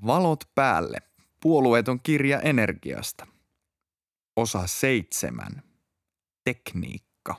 Valot päälle. Puolueeton kirja energiasta. Osa 7. Tekniikka.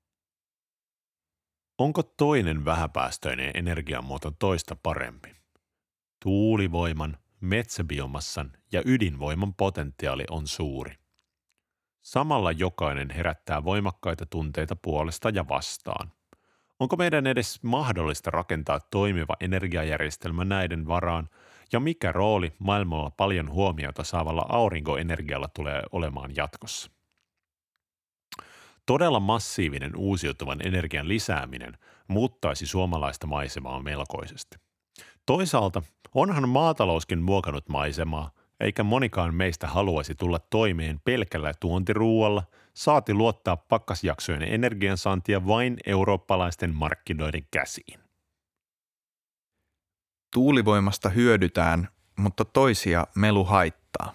Onko toinen vähäpäästöinen energiamuoto toista parempi? Tuulivoiman, metsäbiomassan ja ydinvoiman potentiaali on suuri. Samalla jokainen herättää voimakkaita tunteita puolesta ja vastaan. Onko meidän edes mahdollista rakentaa toimiva energiajärjestelmä näiden varaan, ja mikä rooli maailmalla paljon huomiota saavalla aurinkoenergialla tulee olemaan jatkossa? Todella massiivinen uusiutuvan energian lisääminen muuttaisi suomalaista maisemaa melkoisesti. Toisaalta onhan maatalouskin muokannut maisemaa, eikä monikaan meistä haluaisi tulla toimeen pelkällä tuontiruualla, saati luottaa pakkasjaksojen energiansaantia vain eurooppalaisten markkinoiden käsiin. Tuulivoimasta hyödytään, mutta toisia melu haittaa.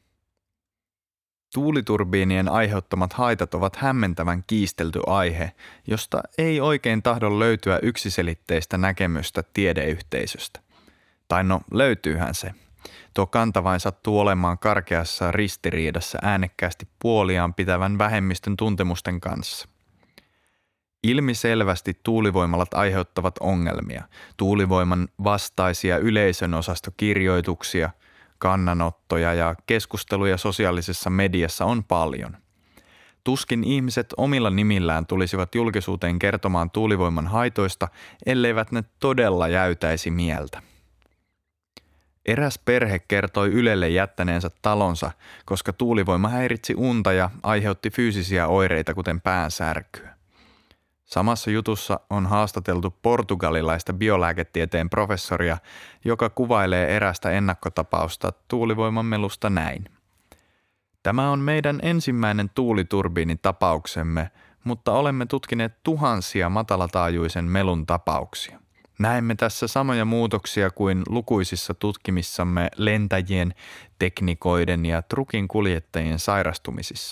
Tuuliturbiinien aiheuttamat haitat ovat hämmentävän kiistelty aihe, josta ei oikein tahdo löytyä yksiselitteistä näkemystä tiedeyhteisöstä. Tai no, löytyyhän se. Tuo kanta vain sattuu olemaan karkeassa ristiriidassa äänekkäästi puoliaan pitävän vähemmistön tuntemusten kanssa. Ilmiselvästi tuulivoimalat aiheuttavat ongelmia, tuulivoiman vastaisia yleisönosastokirjoituksia, kannanottoja ja keskusteluja sosiaalisessa mediassa on paljon. Tuskin ihmiset omilla nimillään tulisivat julkisuuteen kertomaan tuulivoiman haitoista, elleivät ne todella jäytäisi mieltä. Eräs perhe kertoi Ylelle jättäneensä talonsa, koska tuulivoima häiritsi unta ja aiheutti fyysisiä oireita, kuten päänsärkyä. Samassa jutussa on haastateltu portugalilaista biolääketieteen professoria, joka kuvailee erästä ennakkotapausta tuulivoiman melusta näin. Tämä on meidän ensimmäinen tuuliturbiinitapauksemme, mutta olemme tutkineet tuhansia matalataajuisen melun tapauksia. Näemme tässä samoja muutoksia kuin lukuisissa tutkimissamme lentäjien, teknikoiden ja trukin kuljettajien sairastumisissa.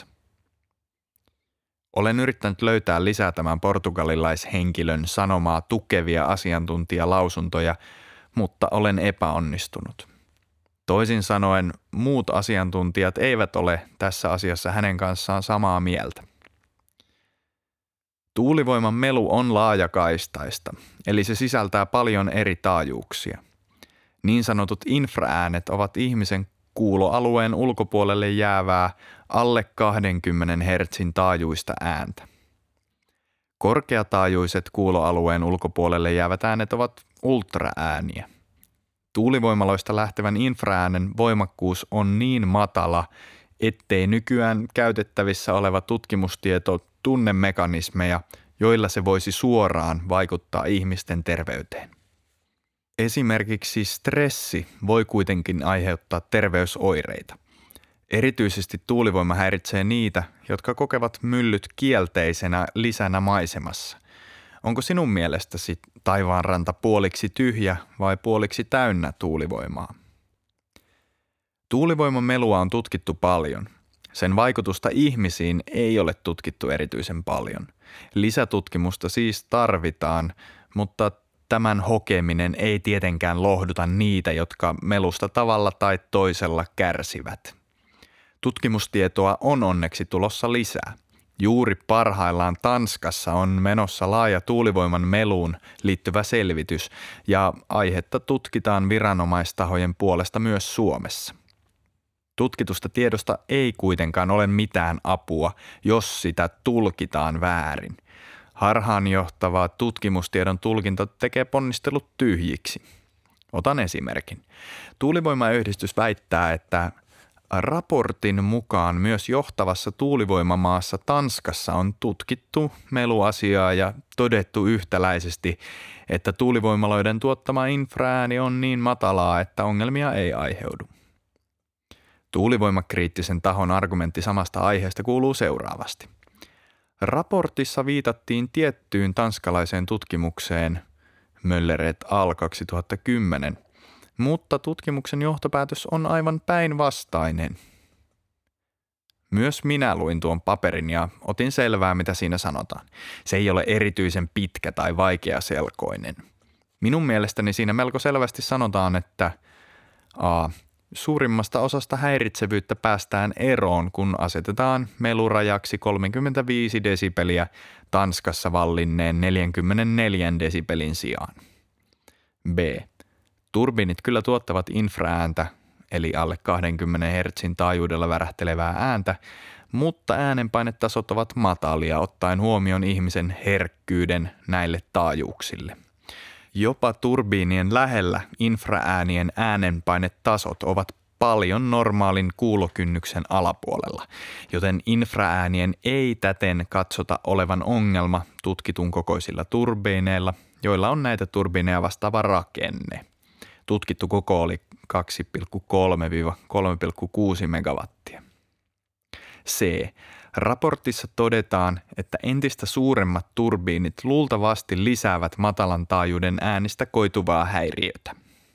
Olen yrittänyt löytää lisää tämän portugalilaishenkilön sanomaa tukevia asiantuntijalausuntoja, mutta olen epäonnistunut. Toisin sanoen, muut asiantuntijat eivät ole tässä asiassa hänen kanssaan samaa mieltä. Tuulivoiman melu on laajakaistaista, eli se sisältää paljon eri taajuuksia. Niin sanotut infraäänet ovat ihmisen kuuloalueen ulkopuolelle jäävää alle 20 Hz taajuista ääntä. Korkeataajuiset kuuloalueen ulkopuolelle jäävät äänet ovat ultraääniä. Tuulivoimaloista lähtevän infraäänen voimakkuus on niin matala, ettei nykyään käytettävissä oleva tutkimustieto tunne mekanismeja, joilla se voisi suoraan vaikuttaa ihmisten terveyteen. Esimerkiksi stressi voi kuitenkin aiheuttaa terveysoireita. Erityisesti tuulivoima häiritsee niitä, jotka kokevat myllyt kielteisenä lisänä maisemassa. Onko sinun mielestäsi taivaanranta puoliksi tyhjä vai puoliksi täynnä tuulivoimaa? Tuulivoiman melua on tutkittu paljon. Sen vaikutusta ihmisiin ei ole tutkittu erityisen paljon. Lisätutkimusta siis tarvitaan, mutta tämän hokeminen ei tietenkään lohduta niitä, jotka melusta tavalla tai toisella kärsivät. Tutkimustietoa on onneksi tulossa lisää. Juuri parhaillaan Tanskassa on menossa laaja tuulivoiman meluun liittyvä selvitys ja aihetta tutkitaan viranomaistahojen puolesta myös Suomessa. Tutkitusta tiedosta ei kuitenkaan ole mitään apua, jos sitä tulkitaan väärin. Harhaanjohtava tutkimustiedon tulkinta tekee ponnistelut tyhjiksi. Otan esimerkin. Tuulivoimayhdistys väittää, että raportin mukaan myös johtavassa tuulivoimamaassa Tanskassa on tutkittu meluasiaa ja todettu yhtäläisesti, että tuulivoimaloiden tuottama infraääni on niin matalaa, että ongelmia ei aiheudu. Tuulivoimakriittisen tahon argumentti samasta aiheesta kuuluu seuraavasti. Raportissa viitattiin tiettyyn tanskalaiseen tutkimukseen Möller et al. 2010, mutta tutkimuksen johtopäätös on aivan päinvastainen. Myös minä luin tuon paperin ja otin selvää, mitä siinä sanotaan. Se ei ole erityisen pitkä tai vaikeaselkoinen. Minun mielestäni siinä melko selvästi sanotaan, että A. Suurimmasta osasta häiritsevyyttä päästään eroon, kun asetetaan melurajaksi 35 desibeliä Tanskassa vallinneen 44 desibelin sijaan. B. Turbiinit kyllä tuottavat infraääntä, eli alle 20 Hz taajuudella värähtelevää ääntä, mutta äänenpainetasot ovat matalia ottaen huomioon ihmisen herkkyyden näille taajuuksille. Jopa turbiinien lähellä infraäänien äänenpainetasot ovat paljon normaalin kuulokynnyksen alapuolella, joten infraäänien ei täten katsota olevan ongelma tutkitun kokoisilla turbiineilla, joilla on näitä turbiineja vastaava rakenne. Tutkittu koko oli 2,3–3,6 megawattia. C. Raportissa todetaan, että entistä suuremmat turbiinit luultavasti lisäävät matalan taajuuden äänistä koituvaa häiriötä.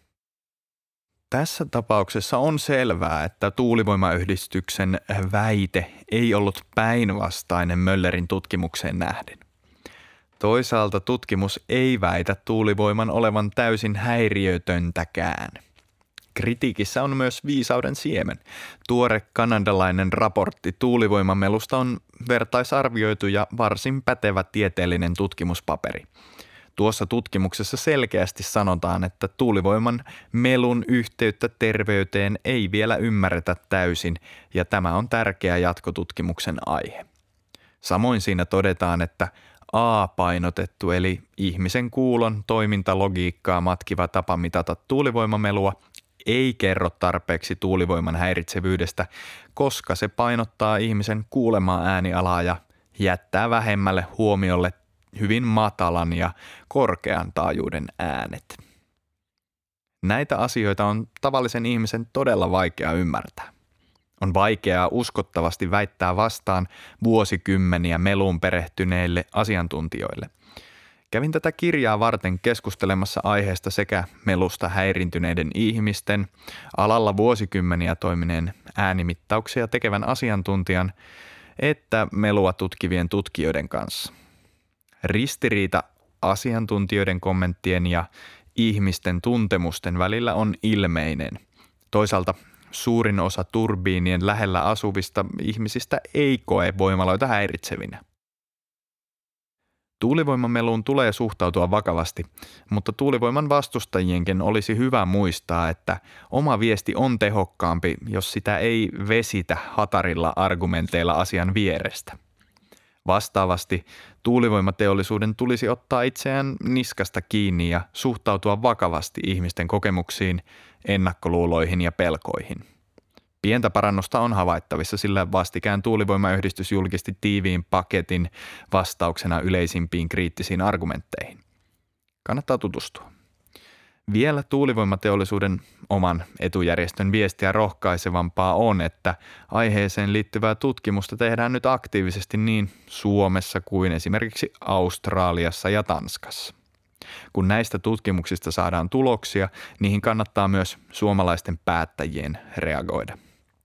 Tässä tapauksessa on selvää, että tuulivoimayhdistyksen väite ei ollut päinvastainen Möllerin tutkimukseen nähden. Toisaalta tutkimus ei väitä tuulivoiman olevan täysin häiriötöntäkään. Kritiikissä on myös viisauden siemen. Tuore kanadalainen raportti tuulivoimamelusta on vertaisarvioitu ja varsin pätevä tieteellinen tutkimuspaperi. Tuossa tutkimuksessa selkeästi sanotaan, että tuulivoiman melun yhteyttä terveyteen ei vielä ymmärretä täysin ja tämä on tärkeä jatkotutkimuksen aihe. Samoin siinä todetaan, että A-painotettu eli ihmisen kuulon toimintalogiikkaa matkiva tapa mitata tuulivoimamelua ei kerro tarpeeksi tuulivoiman häiritsevyydestä, koska se painottaa ihmisen kuulemaa äänialaa ja jättää vähemmälle huomiolle hyvin matalan ja korkean taajuuden äänet. Näitä asioita on tavallisen ihmisen todella vaikea ymmärtää. On vaikeaa uskottavasti väittää vastaan vuosikymmeniä meluun perehtyneille asiantuntijoille. Kävin tätä kirjaa varten keskustelemassa aiheesta sekä melusta häirintyneiden ihmisten, alalla vuosikymmeniä toimineen äänimittauksia tekevän asiantuntijan, että melua tutkivien tutkijoiden kanssa. Ristiriita asiantuntijoiden kommenttien ja ihmisten tuntemusten välillä on ilmeinen. Toisaalta suurin osa turbiinien lähellä asuvista ihmisistä ei koe voimaloita häiritsevinä. Tuulivoimameluun tulee suhtautua vakavasti, mutta tuulivoiman vastustajienkin olisi hyvä muistaa, että oma viesti on tehokkaampi, jos sitä ei vesitä hatarilla argumenteilla asian vierestä. Vastaavasti tuulivoimateollisuuden tulisi ottaa itseään niskasta kiinni ja suhtautua vakavasti ihmisten kokemuksiin, ennakkoluuloihin ja pelkoihin. Pientä parannusta on havaittavissa, sillä vastikään tuulivoimayhdistys julkisti tiiviin paketin vastauksena yleisimpiin kriittisiin argumentteihin. Kannattaa tutustua. Vielä tuulivoimateollisuuden oman etujärjestön viestiä rohkaisevampaa on, että aiheeseen liittyvää tutkimusta tehdään nyt aktiivisesti niin Suomessa kuin esimerkiksi Australiassa ja Tanskassa. Kun näistä tutkimuksista saadaan tuloksia, niihin kannattaa myös suomalaisten päättäjien reagoida.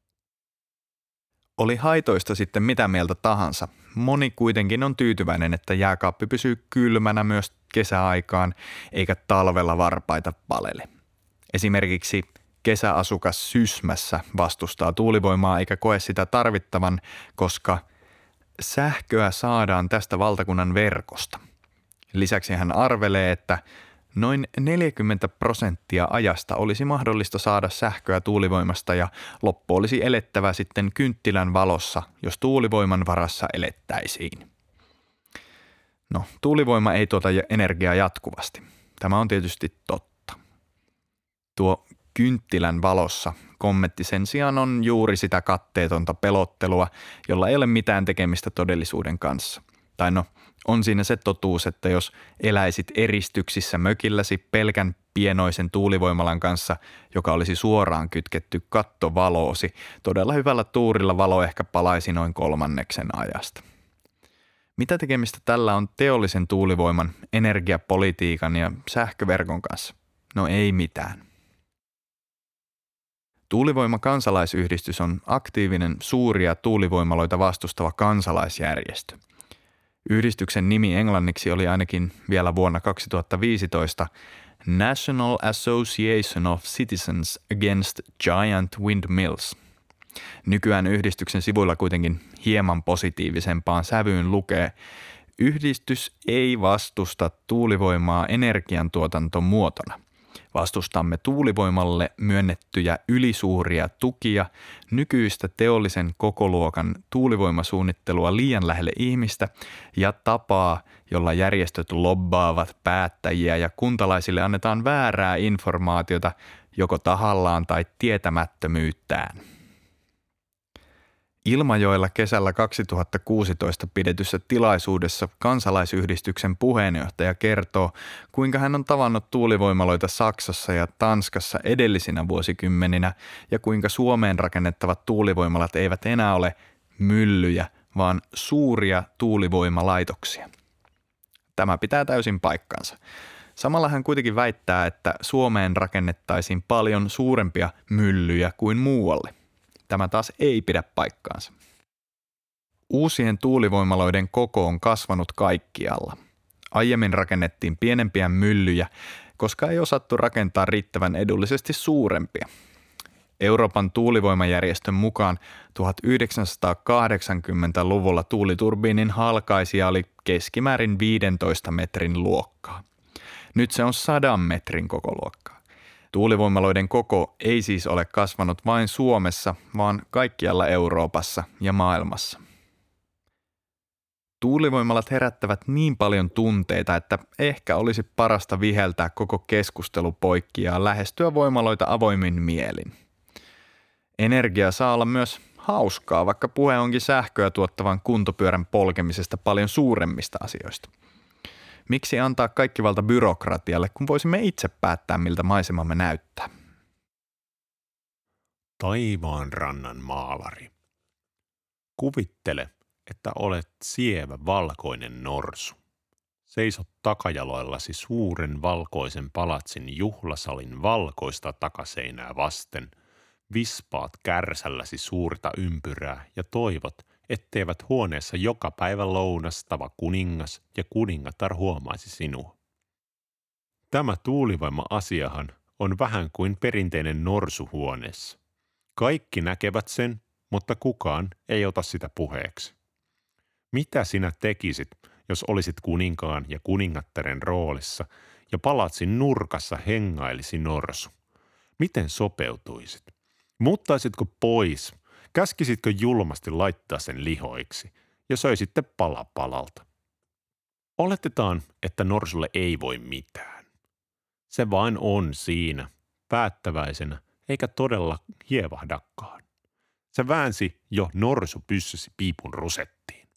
Oli haitoista sitten mitä mieltä tahansa. Moni kuitenkin on tyytyväinen, että jääkaappi pysyy kylmänä myös kesäaikaan eikä talvella varpaita palele. Esimerkiksi kesäasukas Sysmässä vastustaa tuulivoimaa eikä koe sitä tarvittavan, koska sähköä saadaan tästä valtakunnan verkosta. Lisäksi hän arvelee, että noin 40% ajasta olisi mahdollista saada sähköä tuulivoimasta ja loppu olisi elettävä sitten kynttilän valossa, jos tuulivoiman varassa elettäisiin. No, tuulivoima ei tuota energiaa jatkuvasti. Tämä on tietysti totta. Tuo kynttilän valossa kommentti sen sijaan on juuri sitä katteetonta pelottelua, jolla ei ole mitään tekemistä todellisuuden kanssa. Tai no, on siinä se totuus, että jos eläisit eristyksissä mökilläsi pelkän pienoisen tuulivoimalan kanssa, joka olisi suoraan kytketty kattovaloosi, todella hyvällä tuurilla valo ehkä palaisi noin 1/3 ajasta. Mitä tekemistä tällä on teollisen tuulivoiman, energiapolitiikan ja sähköverkon kanssa? No ei mitään. Tuulivoima-kansalaisyhdistys on aktiivinen suuria tuulivoimaloita vastustava kansalaisjärjestö. Yhdistyksen nimi englanniksi oli ainakin vielä vuonna 2015 National Association of Citizens Against Giant Windmills. Nykyään yhdistyksen sivuilla kuitenkin hieman positiivisempaan sävyyn lukee: yhdistys ei vastusta tuulivoimaa energiantuotantomuotona. Vastustamme tuulivoimalle myönnettyjä ylisuuria tukia, nykyistä teollisen kokoluokan tuulivoimasuunnittelua liian lähelle ihmistä ja tapaa, jolla järjestöt lobbaavat päättäjiä ja kuntalaisille annetaan väärää informaatiota joko tahallaan tai tietämättömyyttään. Ilmajoella kesällä 2016 pidetyssä tilaisuudessa kansalaisyhdistyksen puheenjohtaja kertoo, kuinka hän on tavannut tuulivoimaloita Saksassa ja Tanskassa edellisinä vuosikymmeninä ja kuinka Suomeen rakennettavat tuulivoimalat eivät enää ole myllyjä, vaan suuria tuulivoimalaitoksia. Tämä pitää täysin paikkansa. Samalla hän kuitenkin väittää, että Suomeen rakennettaisiin paljon suurempia myllyjä kuin muualle. Tämä taas ei pidä paikkaansa. Uusien tuulivoimaloiden koko on kasvanut kaikkialla. Aiemmin rakennettiin pienempiä myllyjä, koska ei osattu rakentaa riittävän edullisesti suurempia. Euroopan tuulivoimajärjestön mukaan 1980-luvulla tuuliturbiinin halkaisija oli keskimäärin 15 metrin luokkaa. Nyt se on 100 metrin kokoluokkaa. Tuulivoimaloiden koko ei siis ole kasvanut vain Suomessa, vaan kaikkialla Euroopassa ja maailmassa. Tuulivoimalat herättävät niin paljon tunteita, että ehkä olisi parasta viheltää koko keskustelu poikki ja lähestyä voimaloita avoimin mielin. Energia saa olla myös hauskaa, vaikka puhe onkin sähköä tuottavan kuntopyörän polkemisesta paljon suuremmista asioista. Miksi antaa kaikki valta byrokratialle, kun voisimme itse päättää, miltä maisemamme näyttää? Taivaan rannan maalari. Kuvittele, että olet sievä valkoinen norsu. Seisot takajaloillasi suuren valkoisen palatsin juhlasalin valkoista takaseinää vasten, vispaat kärsälläsi suurta ympyrää ja toivot, etteivät huoneessa joka päivä lounastava kuningas ja kuningatar huomaisi sinua. Tämä tuulivoima-asiahan on vähän kuin perinteinen norsu huoneessa. Kaikki näkevät sen, mutta kukaan ei ota sitä puheeksi. Mitä sinä tekisit, jos olisit kuninkaan ja kuningattaren roolissa ja palatsin nurkassa hengailisi norsu? Miten sopeutuisit? Muuttaisitko pois? Käskisitkö julmasti laittaa sen lihoiksi ja söisitte pala palalta? Oletetaan, että norsulle ei voi mitään. Se vain on siinä, päättäväisenä, eikä todella hievahdakaan. Se väänsi jo norsupyssysi piipun rusettiin.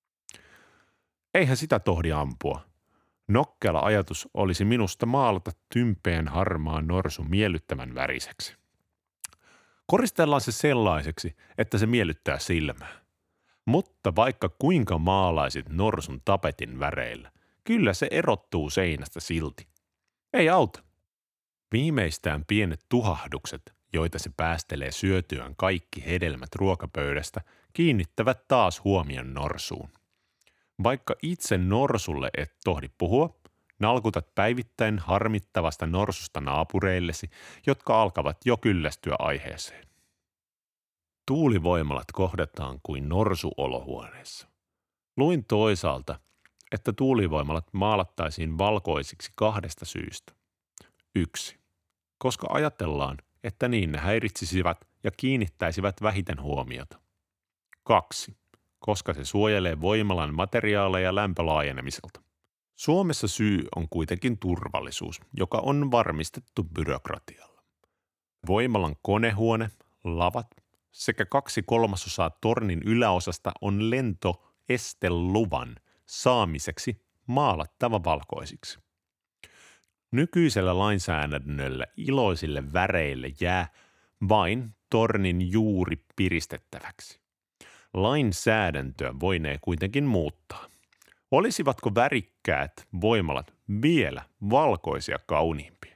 Eihän sitä tohdi ampua. Nokkela ajatus olisi minusta maalata tympeän harmaan norsu miellyttävän väriseksi. Koristellaan se sellaiseksi, että se miellyttää silmää. Mutta vaikka kuinka maalaisit norsun tapetin väreillä, kyllä se erottuu seinästä silti. Ei auta. Viimeistään pienet tuhahdukset, joita se päästelee syötyään kaikki hedelmät ruokapöydästä, kiinnittävät taas huomion norsuun. Vaikka itse norsulle et tohdi puhua, nalkutat päivittäin harmittavasta norsusta naapureillesi, jotka alkavat jo kyllästyä aiheeseen. Tuulivoimalat kohdataan kuin norsuolohuoneessa. Luin toisaalta, että tuulivoimalat maalattaisiin valkoisiksi 2 syystä. 1. Koska ajatellaan, että niin ne häiritsisivät ja kiinnittäisivät vähiten huomiota. 2. Koska se suojelee voimalan materiaaleja lämpölaajenemiselta. Suomessa syy on kuitenkin turvallisuus, joka on varmistettu byrokratialla. Voimalan konehuone, lavat sekä 2/3 tornin yläosasta on lentoesteluvan saamiseksi maalattava valkoisiksi. Nykyisellä lainsäädännöllä iloisille väreille jää vain tornin juuri piristettäväksi. Lainsäädäntöä voinee kuitenkin muuttaa. Olisivatko värikkäät voimalat vielä valkoisia kauniimpia?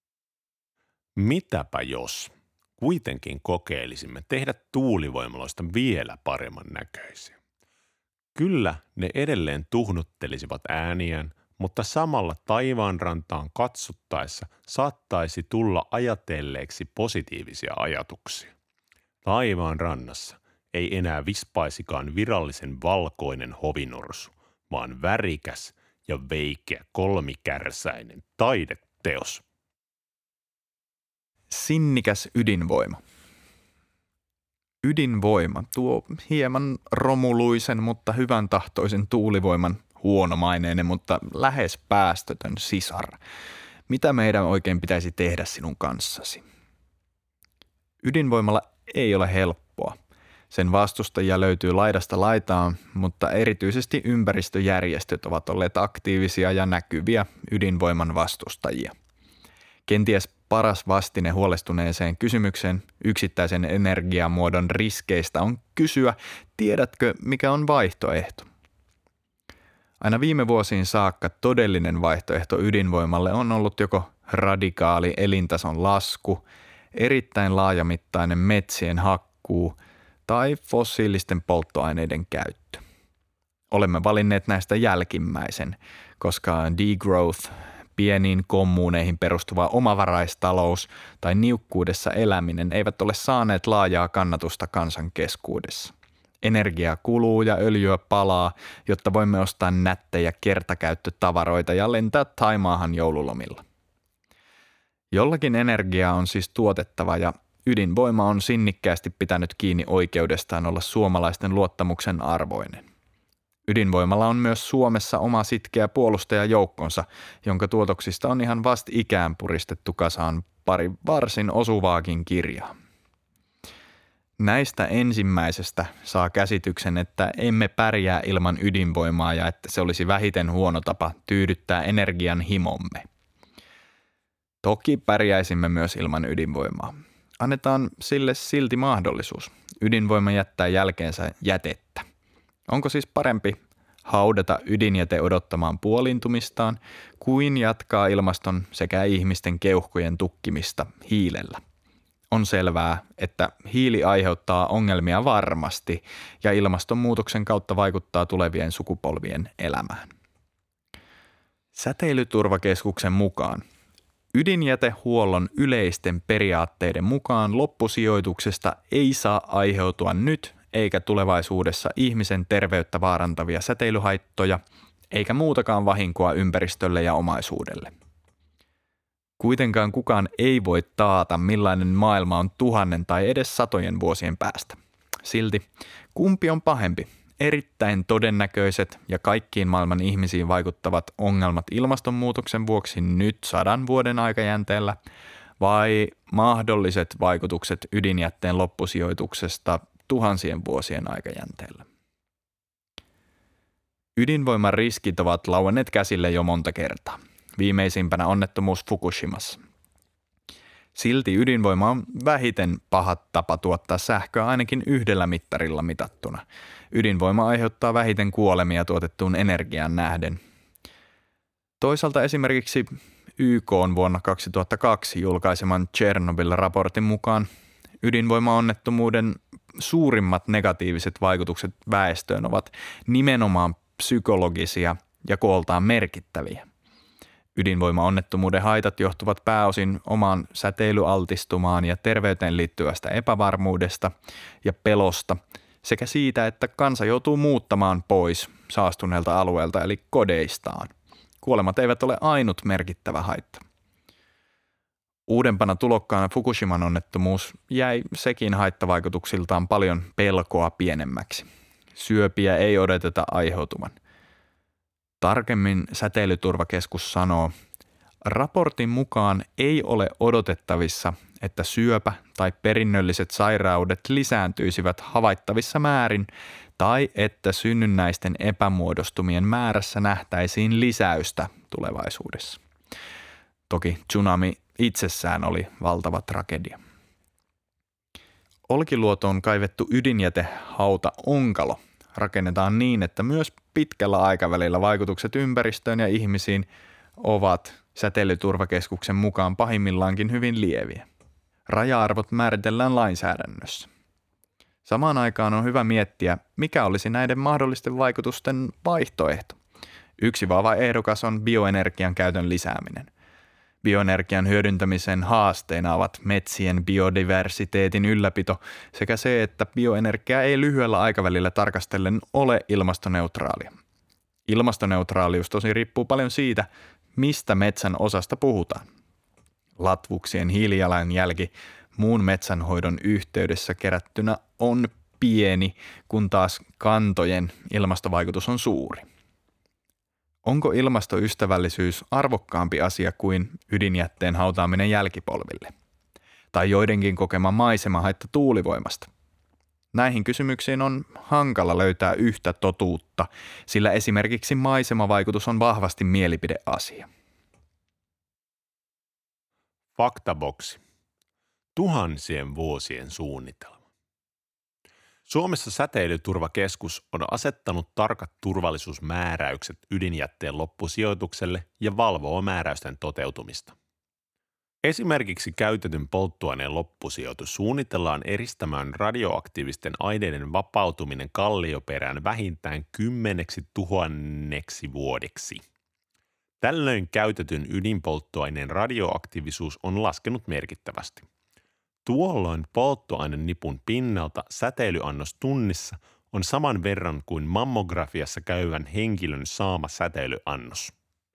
Mitäpä jos kuitenkin kokeilisimme tehdä tuulivoimaloista vielä paremman näköisiä? Kyllä ne edelleen tuhnuttelisivat ääniään, mutta samalla taivaanrantaan katsottaessa saattaisi tulla ajatelleeksi positiivisia ajatuksia. Taivaan rannassa ei enää vispaisikaan virallisen valkoinen hovinorsu, vaan värikäs ja veikeä kolmikärsäinen taideteos. Sinnikäs ydinvoima. Ydinvoima, tuo hieman romuluisen, mutta hyvän tahtoisen tuulivoiman huonomaineinen, mutta lähes päästötön sisar. Mitä meidän oikein pitäisi tehdä sinun kanssasi? Ydinvoimalla ei ole helppoa. Sen vastustajia löytyy laidasta laitaan, mutta erityisesti ympäristöjärjestöt ovat olleet aktiivisia ja näkyviä ydinvoiman vastustajia. Kenties paras vastine huolestuneeseen kysymykseen yksittäisen energiamuodon riskeistä on kysyä, tiedätkö mikä on vaihtoehto? Aina viime vuosiin saakka todellinen vaihtoehto ydinvoimalle on ollut joko radikaali elintason lasku, erittäin laajamittainen metsien hakkuu tai fossiilisten polttoaineiden käyttö. Olemme valinneet näistä jälkimmäisen, koska degrowth, pieniin kommuneihin perustuva omavaraistalous tai niukkuudessa eläminen eivät ole saaneet laajaa kannatusta kansan keskuudessa. Energiaa kuluu ja öljyä palaa, jotta voimme ostaa nättejä kertakäyttötavaroita ja lentää Taimaahan joululomilla. Jollakin energiaa on siis tuotettava ja ydinvoima on sinnikkäästi pitänyt kiinni oikeudestaan olla suomalaisten luottamuksen arvoinen. Ydinvoimalla on myös Suomessa oma sitkeä puolustajajoukkonsa, jonka tuotoksista on ihan vastikään puristettu kasaan pari varsin osuvaakin kirjaa. Näistä ensimmäisestä saa käsityksen, että emme pärjää ilman ydinvoimaa ja että se olisi vähiten huono tapa tyydyttää energian himomme. Toki pärjäisimme myös ilman ydinvoimaa. Annetaan sille silti mahdollisuus. Ydinvoima jättää jälkeensä jätettä. Onko siis parempi haudata ydinjäte odottamaan puoliintumistaan kuin jatkaa ilmaston sekä ihmisten keuhkojen tukkimista hiilellä? On selvää, että hiili aiheuttaa ongelmia varmasti ja ilmastonmuutoksen kautta vaikuttaa tulevien sukupolvien elämään. Säteilyturvakeskuksen mukaan ydinjätehuollon yleisten periaatteiden mukaan loppusijoituksesta ei saa aiheutua nyt eikä tulevaisuudessa ihmisen terveyttä vaarantavia säteilyhaittoja eikä muutakaan vahinkoa ympäristölle ja omaisuudelle. Kuitenkaan kukaan ei voi taata, millainen maailma on 1000 tai edes 100 vuosien päästä. Silti, kumpi on pahempi? Erittäin todennäköiset ja kaikkiin maailman ihmisiin vaikuttavat ongelmat ilmastonmuutoksen vuoksi nyt 100 vuoden aikajänteellä vai mahdolliset vaikutukset ydinjätteen loppusijoituksesta tuhansien vuosien aikajänteellä? Ydinvoiman riskit ovat lauenneet käsille jo monta kertaa. Viimeisimpänä onnettomuus Fukushimassa. Silti ydinvoima on vähiten paha tapa tuottaa sähköä ainakin yhdellä mittarilla mitattuna. Ydinvoima aiheuttaa vähiten kuolemia tuotettuun energiaan nähden. Toisaalta esimerkiksi YK on vuonna 2002 julkaiseman Chernobyl-raportin mukaan ydinvoimaonnettomuuden suurimmat negatiiviset vaikutukset väestöön ovat nimenomaan psykologisia ja kooltaan merkittäviä. Ydinvoimaonnettomuuden haitat johtuvat pääosin omaan säteilyaltistumaan ja terveyteen liittyvästä epävarmuudesta ja pelosta sekä siitä, että kansa joutuu muuttamaan pois saastuneelta alueelta eli kodeistaan. Kuolemat eivät ole ainut merkittävä haitta. Uudempana tulokkaana Fukushiman onnettomuus jäi sekin haittavaikutuksiltaan paljon pelkoa pienemmäksi. Syöpiä ei odoteta aiheutuvan. Tarkemmin Säteilyturvakeskus sanoo, raportin mukaan ei ole odotettavissa, että syöpä tai perinnölliset sairaudet lisääntyisivät havaittavissa määrin tai että synnynnäisten epämuodostumien määrässä nähtäisiin lisäystä tulevaisuudessa. Toki tsunami itsessään oli valtava tragedia. Olkiluotoon kaivettu ydinjätehauta Onkalo rakennetaan niin, että myös pitkällä aikavälillä vaikutukset ympäristöön ja ihmisiin ovat Säteilyturvakeskuksen mukaan pahimmillaankin hyvin lieviä. Raja-arvot määritellään lainsäädännössä. Samaan aikaan on hyvä miettiä, mikä olisi näiden mahdollisten vaikutusten vaihtoehto. Yksi vahva ehdokas on bioenergian käytön lisääminen. Bioenergian hyödyntämisen haasteina ovat metsien biodiversiteetin ylläpito sekä se, että bioenergia ei lyhyellä aikavälillä tarkastellen ole ilmastoneutraalia. Ilmastoneutraalius tosi riippuu paljon siitä, mistä metsän osasta puhutaan. Latvuksien hiilijalanjälki muun metsänhoidon yhteydessä kerättynä on pieni, kun taas kantojen ilmastovaikutus on suuri. Onko ilmastoystävällisyys arvokkaampi asia kuin ydinjätteen hautaaminen jälkipolville? Tai joidenkin kokema maisemahaitta tuulivoimasta? Näihin kysymyksiin on hankala löytää yhtä totuutta, sillä esimerkiksi maisemavaikutus on vahvasti mielipideasia. Faktaboksi. Tuhansien vuosien suunnitelma. Suomessa Säteilyturvakeskus on asettanut tarkat turvallisuusmääräykset ydinjätteen loppusijoitukselle ja valvoo määräysten toteutumista. Esimerkiksi käytetyn polttoaineen loppusijoitus suunnitellaan eristämään radioaktiivisten aineiden vapautuminen kallioperään vähintään 10 000 vuodeksi. Tällöin käytetyn ydinpolttoaineen radioaktiivisuus on laskenut merkittävästi. Tuolloin polttoainenipun pinnalta säteilyannos tunnissa on saman verran kuin mammografiassa käyvän henkilön saama säteilyannos.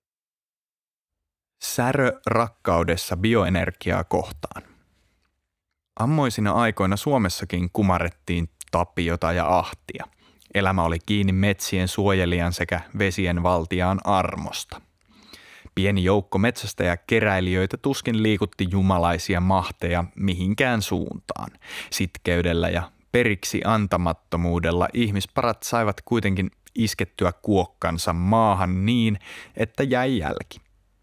Särö rakkaudessa bioenergiaa kohtaan. Ammoisina aikoina Suomessakin kumarrettiin Tapiota ja Ahtia. Elämä oli kiinni metsien suojelijan sekä vesien valtiaan armosta. Pieni joukko metsästäjäkeräilijöitä tuskin liikutti jumalaisia mahteja mihinkään suuntaan. Sitkeydellä ja periksi antamattomuudella ihmisparat saivat kuitenkin iskettyä kuokkansa maahan niin, että jäi jälki.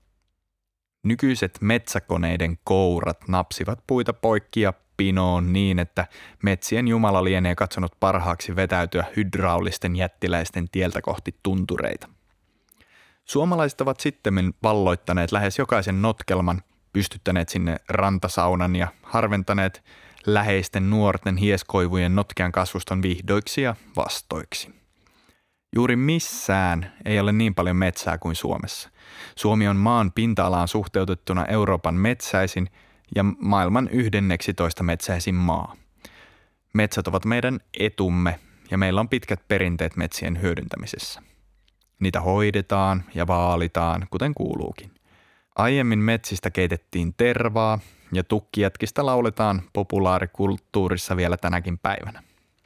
Nykyiset metsäkoneiden kourat napsivat puita poikki ja pinoon niin, että metsien jumala lienee katsonut parhaaksi vetäytyä hydraulisten jättiläisten tieltä kohti tuntureita. Suomalaiset ovat sittemmin valloittaneet lähes jokaisen notkelman, pystyttäneet sinne rantasaunan ja harventaneet läheisten nuorten hieskoivujen notkean kasvuston vihdoiksi ja vastoiksi. Juuri missään ei ole niin paljon metsää kuin Suomessa. Suomi on maan pinta-alaan suhteutettuna Euroopan metsäisin ja maailman 11 metsäisin maa. Metsät ovat meidän etumme ja meillä on pitkät perinteet metsien hyödyntämisessä. Niitä hoidetaan ja vaalitaan, kuten kuuluukin. Aiemmin metsistä keitettiin tervaa ja tukkijätkistä lauletaan populaarikulttuurissa vielä tänäkin päivänä.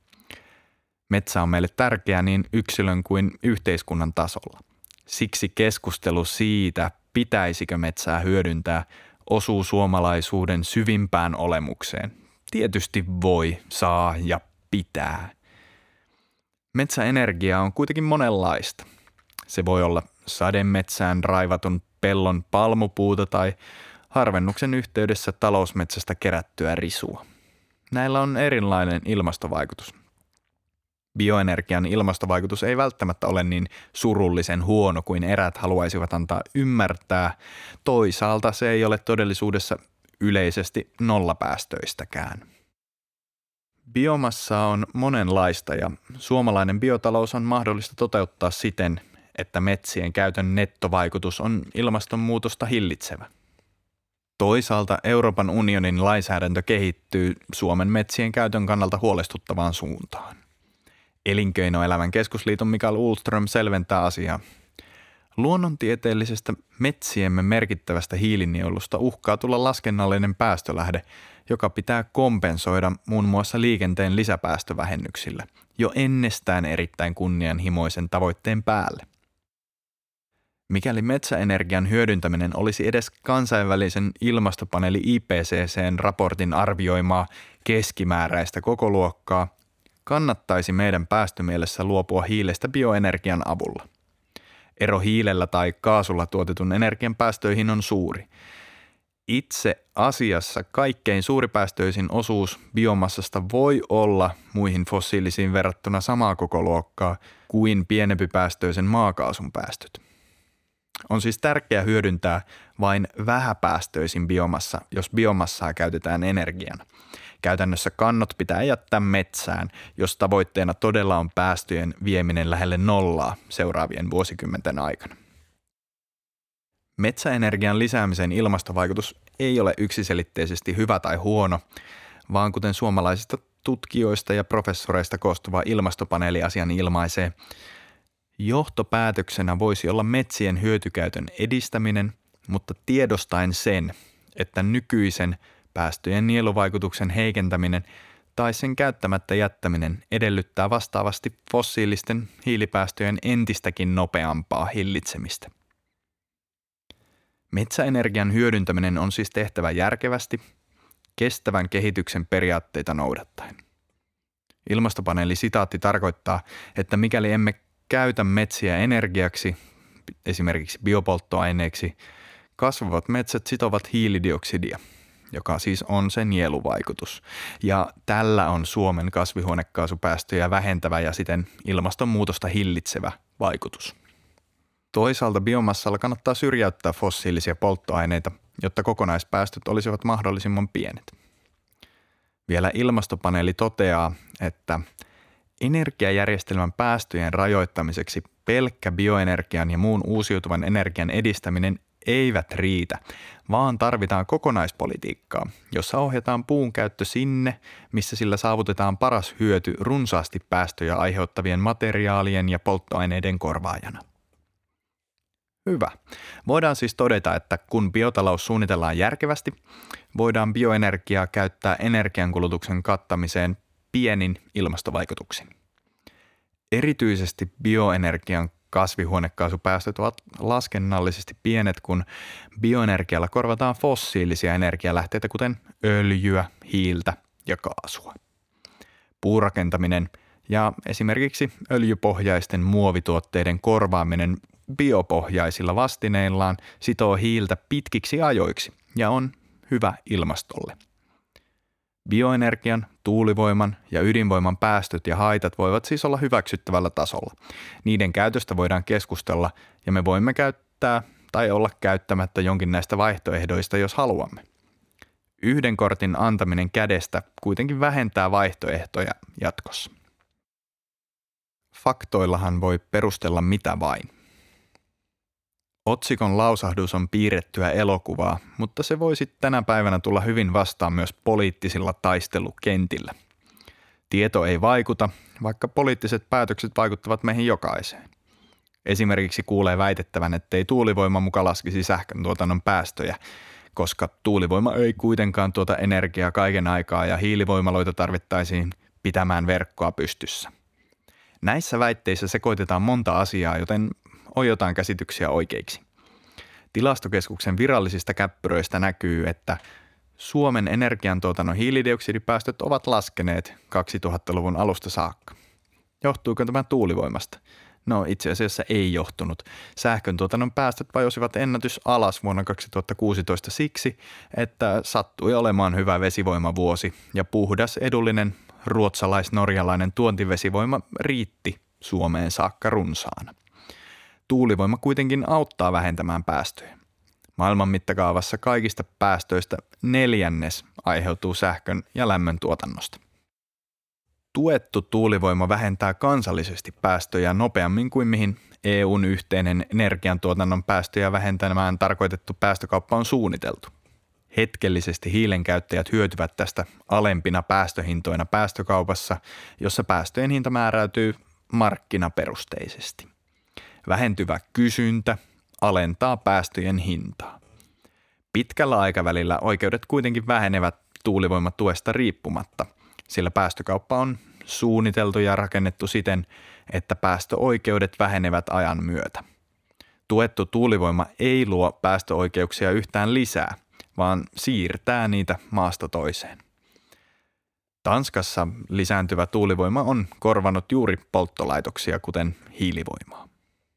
Metsä on meille tärkeä niin yksilön kuin yhteiskunnan tasolla. Siksi keskustelu siitä, pitäisikö metsää hyödyntää, osuu suomalaisuuden syvimpään olemukseen. Tietysti voi, saa ja pitää. Metsäenergia on kuitenkin monenlaista. Se voi olla sademetsään raivatun pellon palmupuuta tai harvennuksen yhteydessä talousmetsästä kerättyä risua. Näillä on erilainen ilmastovaikutus. Bioenergian ilmastovaikutus ei välttämättä ole niin surullisen huono kuin eräät haluaisivat antaa ymmärtää. Toisaalta se ei ole todellisuudessa yleisesti nollapäästöistäkään. Biomassaa on monenlaista ja suomalainen biotalous on mahdollista toteuttaa siten, että metsien käytön nettovaikutus on ilmastonmuutosta hillitsevä. Toisaalta Euroopan unionin lainsäädäntö kehittyy Suomen metsien käytön kannalta huolestuttavaan suuntaan. Elinkeinoelämän keskusliiton Mikael Uhlström selventää asiaa. Luonnontieteellisestä metsiemme merkittävästä hiilinielusta uhkaa tulla laskennallinen päästölähde, joka pitää kompensoida muun muassa liikenteen lisäpäästövähennyksillä jo ennestään erittäin kunnianhimoisen tavoitteen päälle. Mikäli metsäenergian hyödyntäminen olisi edes kansainvälisen ilmastopaneeli IPCC:n raportin arvioimaa keskimääräistä kokoluokkaa, kannattaisi meidän päästömielessä luopua hiilestä bioenergian avulla. Ero hiilellä tai kaasulla tuotetun energian päästöihin on suuri. Itse asiassa kaikkein suuripäästöisin osuus biomassasta voi olla muihin fossiilisiin verrattuna samaa kokoluokkaa kuin pienempipäästöisen maakaasun päästöt. On siis tärkeää hyödyntää vain vähäpäästöisin biomassa, jos biomassaa käytetään energiana. Käytännössä kannot pitää jättää metsään, jos tavoitteena todella on päästöjen vieminen lähelle nollaa seuraavien vuosikymmenten aikana. Metsäenergian lisäämisen ilmastovaikutus ei ole yksiselitteisesti hyvä tai huono, vaan kuten suomalaisista tutkijoista ja professoreista koostuva ilmastopaneeli asian ilmaisee, johtopäätöksenä voisi olla metsien hyötykäytön edistäminen, mutta tiedostaen sen, että nykyisen päästöjen nieluvaikutuksen heikentäminen tai sen käyttämättä jättäminen edellyttää vastaavasti fossiilisten hiilipäästöjen entistäkin nopeampaa hillitsemistä. Metsäenergian hyödyntäminen on siis tehtävä järkevästi, kestävän kehityksen periaatteita noudattaen. Ilmastopaneeli sitaatti tarkoittaa, että mikäli emme käytä metsiä energiaksi, esimerkiksi biopolttoaineeksi, kasvavat metsät sitovat hiilidioksidia, joka siis on se nieluvaikutus. Ja tällä on Suomen kasvihuonekaasupäästöjä vähentävä ja siten ilmastonmuutosta hillitsevä vaikutus. Toisaalta biomassalla kannattaa syrjäyttää fossiilisia polttoaineita, jotta kokonaispäästöt olisivat mahdollisimman pienet. Vielä ilmastopaneeli toteaa, että energiajärjestelmän päästöjen rajoittamiseksi pelkkä bioenergian ja muun uusiutuvan energian edistäminen eivät riitä, vaan tarvitaan kokonaispolitiikkaa, jossa ohjataan puun käyttö sinne, missä sillä saavutetaan paras hyöty runsaasti päästöjä aiheuttavien materiaalien ja polttoaineiden korvaajana. Hyvä. Voidaan siis todeta, että kun biotalous suunnitellaan järkevästi, voidaan bioenergiaa käyttää energiankulutuksen kattamiseen pienin ilmastovaikutuksin. Erityisesti bioenergian kasvihuonekaasupäästöt ovat laskennallisesti pienet, kun bioenergialla korvataan fossiilisia energialähteitä, kuten öljyä, hiiltä ja kaasua. Puurakentaminen ja esimerkiksi öljypohjaisten muovituotteiden korvaaminen biopohjaisilla vastineillaan sitoo hiiltä pitkiksi ajoiksi ja on hyvä ilmastolle. Bioenergian, tuulivoiman ja ydinvoiman päästöt ja haitat voivat siis olla hyväksyttävällä tasolla. Niiden käytöstä voidaan keskustella ja me voimme käyttää tai olla käyttämättä jonkin näistä vaihtoehdoista, jos haluamme. Yhden kortin antaminen kädestä kuitenkin vähentää vaihtoehtoja jatkossa. Faktoillahan voi perustella mitä vain. Otsikon lausahdus on piirrettyä elokuvaa, mutta se voisi tänä päivänä tulla hyvin vastaan myös poliittisilla taistelukentillä. Tieto ei vaikuta, vaikka poliittiset päätökset vaikuttavat meihin jokaiseen. Esimerkiksi kuulee väitettävän, ettei tuulivoima muka laskisi sähköntuotannon päästöjä, koska tuulivoima ei kuitenkaan tuota energiaa kaiken aikaa ja hiilivoimaloita tarvittaisiin pitämään verkkoa pystyssä. Näissä väitteissä sekoitetaan monta asiaa, joten oiotaan käsityksiä oikeiksi. Tilastokeskuksen virallisista käppyröistä näkyy, että Suomen energiantuotannon hiilidioksidipäästöt ovat laskeneet 2000-luvun alusta saakka. Johtuuko tämä tuulivoimasta? No itse asiassa ei johtunut. Sähköntuotannon päästöt vajosivat ennätys alas vuonna 2016 siksi, että sattui olemaan hyvä vesivoimavuosi ja puhdas, edullinen, ruotsalais-norjalainen tuontivesivoima riitti Suomeen saakka runsaana. Tuulivoima kuitenkin auttaa vähentämään päästöjä. Maailman mittakaavassa kaikista päästöistä 1/4 aiheutuu sähkön ja lämmön tuotannosta. Tuettu tuulivoima vähentää kansallisesti päästöjä nopeammin kuin mihin EU:n yhteinen energiantuotannon päästöjä vähentämään tarkoitettu päästökauppa on suunniteltu. Hetkellisesti hiilen käyttäjät hyötyvät tästä alempina päästöhintoina päästökaupassa, jossa päästöjen hinta määräytyy markkinaperusteisesti. Vähentyvä kysyntä alentaa päästöjen hintaa. Pitkällä aikavälillä oikeudet kuitenkin vähenevät tuulivoimatuesta riippumatta, sillä päästökauppa on suunniteltu ja rakennettu siten, että päästöoikeudet vähenevät ajan myötä. Tuettu tuulivoima ei luo päästöoikeuksia yhtään lisää, vaan siirtää niitä maasta toiseen. Tanskassa lisääntyvä tuulivoima on korvannut juuri polttolaitoksia, kuten hiilivoimaa.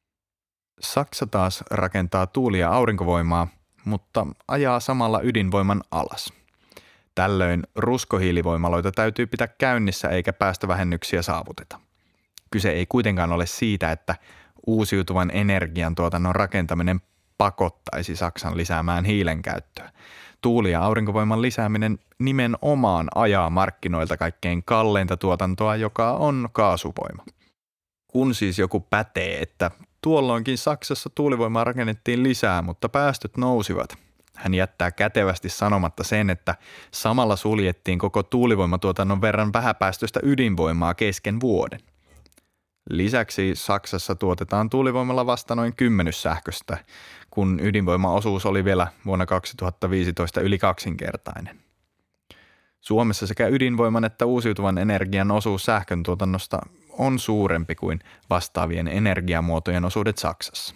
Saksa taas rakentaa tuuli- ja aurinkovoimaa, mutta ajaa samalla ydinvoiman alas. Tällöin ruskohiilivoimaloita täytyy pitää käynnissä eikä päästövähennyksiä saavuteta. Kyse ei kuitenkaan ole siitä, että uusiutuvan energiantuotannon rakentaminen pakottaisi Saksan lisäämään hiilen käyttöä. Tuuli- ja aurinkovoiman lisääminen nimenomaan ajaa markkinoilta kaikkein kalleinta tuotantoa, joka on kaasuvoima. Kun siis joku pätee, että tuolloinkin Saksassa tuulivoimaa rakennettiin lisää, mutta päästöt nousivat, hän jättää kätevästi sanomatta sen, että samalla suljettiin koko tuulivoimatuotannon verran vähäpäästöistä ydinvoimaa kesken vuoden. Lisäksi Saksassa tuotetaan tuulivoimalla vasta noin 10 sähköstä, kun ydinvoimaosuus oli vielä vuonna 2015 yli kaksinkertainen. Suomessa sekä ydinvoiman että uusiutuvan energian osuus sähkön tuotannosta on suurempi kuin vastaavien energiamuotojen osuudet Saksassa.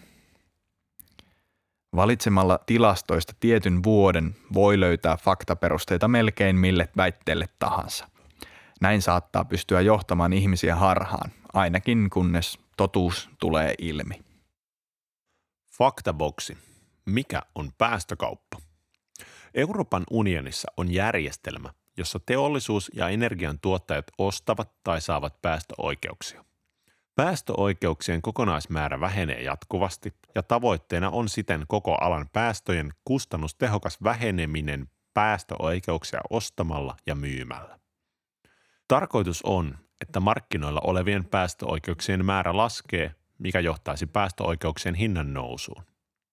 Valitsemalla tilastoista tietyn vuoden voi löytää faktaperusteita melkein mille väitteelle tahansa. Näin saattaa pystyä johtamaan ihmisiä harhaan, ainakin kunnes totuus tulee ilmi. Faktaboksi. Mikä on päästökauppa? Euroopan unionissa on järjestelmä, jossa teollisuus ja energiantuottajat ostavat tai saavat päästöoikeuksia. Päästöoikeuksien kokonaismäärä vähenee jatkuvasti ja tavoitteena on siten koko alan päästöjen kustannustehokas väheneminen päästöoikeuksia ostamalla ja myymällä. Tarkoitus on, että markkinoilla olevien päästöoikeuksien määrä laskee, mikä johtaisi päästöoikeuksien hinnan nousuun.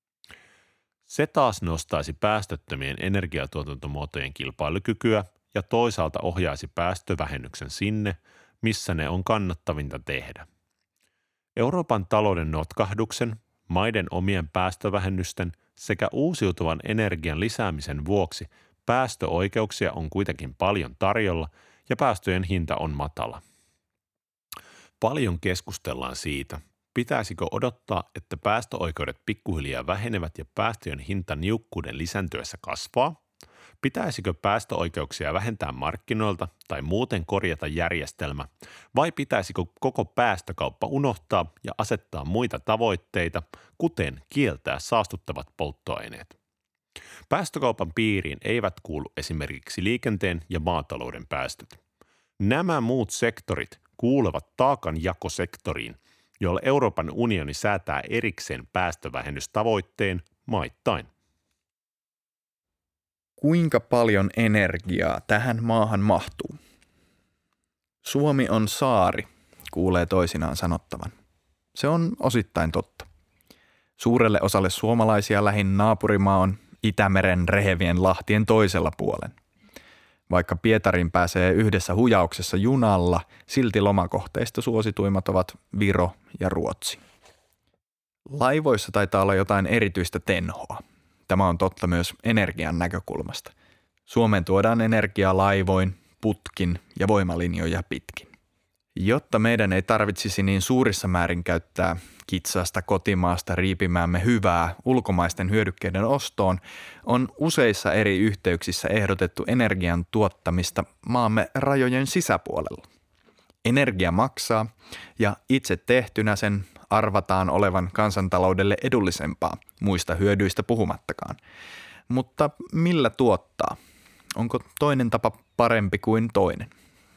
Se taas nostaisi päästöttömien energiatuotantomuotojen kilpailukykyä ja toisaalta ohjaisi päästövähennyksen sinne, missä ne on kannattavinta tehdä. Euroopan talouden notkahduksen, maiden omien päästövähennysten sekä uusiutuvan energian lisäämisen vuoksi päästöoikeuksia on kuitenkin paljon tarjolla ja päästöjen hinta on matala. Paljon keskustellaan siitä, pitäisikö odottaa, että päästöoikeudet pikkuhiljaa vähenevät ja päästöjen hinta niukkuuden lisääntyessä kasvaa, pitäisikö päästöoikeuksia vähentää markkinoilta tai muuten korjata järjestelmä, vai pitäisikö koko päästökauppa unohtaa ja asettaa muita tavoitteita, kuten kieltää saastuttavat polttoaineet. Päästökaupan piiriin eivät kuulu esimerkiksi liikenteen ja maatalouden päästöt. Nämä muut sektorit kuuluvat taakanjakosektoriin, jolle Euroopan unioni säätää erikseen päästövähennystavoitteen maittain. Kuinka paljon energiaa tähän maahan mahtuu? Suomi on saari, kuulee toisinaan sanottavan. Se on osittain totta. Suurelle osalle suomalaisia lähin naapurimaa on Itämeren rehevien lahtien toisella puolen. Vaikka Pietariin pääsee yhdessä hujauksessa junalla, silti lomakohteista suosituimmat ovat Viro ja Ruotsi. Laivoissa taitaa olla jotain erityistä tenhoa. Tämä on totta myös energian näkökulmasta. Suomeen tuodaan energiaa laivoin, putkin ja voimalinjoja pitkin. Jotta meidän ei tarvitsisi niin suurissa määrin käyttää kitsaasta kotimaasta riipimäämme hyvää ulkomaisten hyödykkeiden ostoon, on useissa eri yhteyksissä ehdotettu energian tuottamista maamme rajojen sisäpuolella. Energia maksaa ja itse tehtynä sen arvataan olevan kansantaloudelle edullisempaa, muista hyödyistä puhumattakaan. Mutta millä tuottaa? Onko toinen tapa parempi kuin toinen?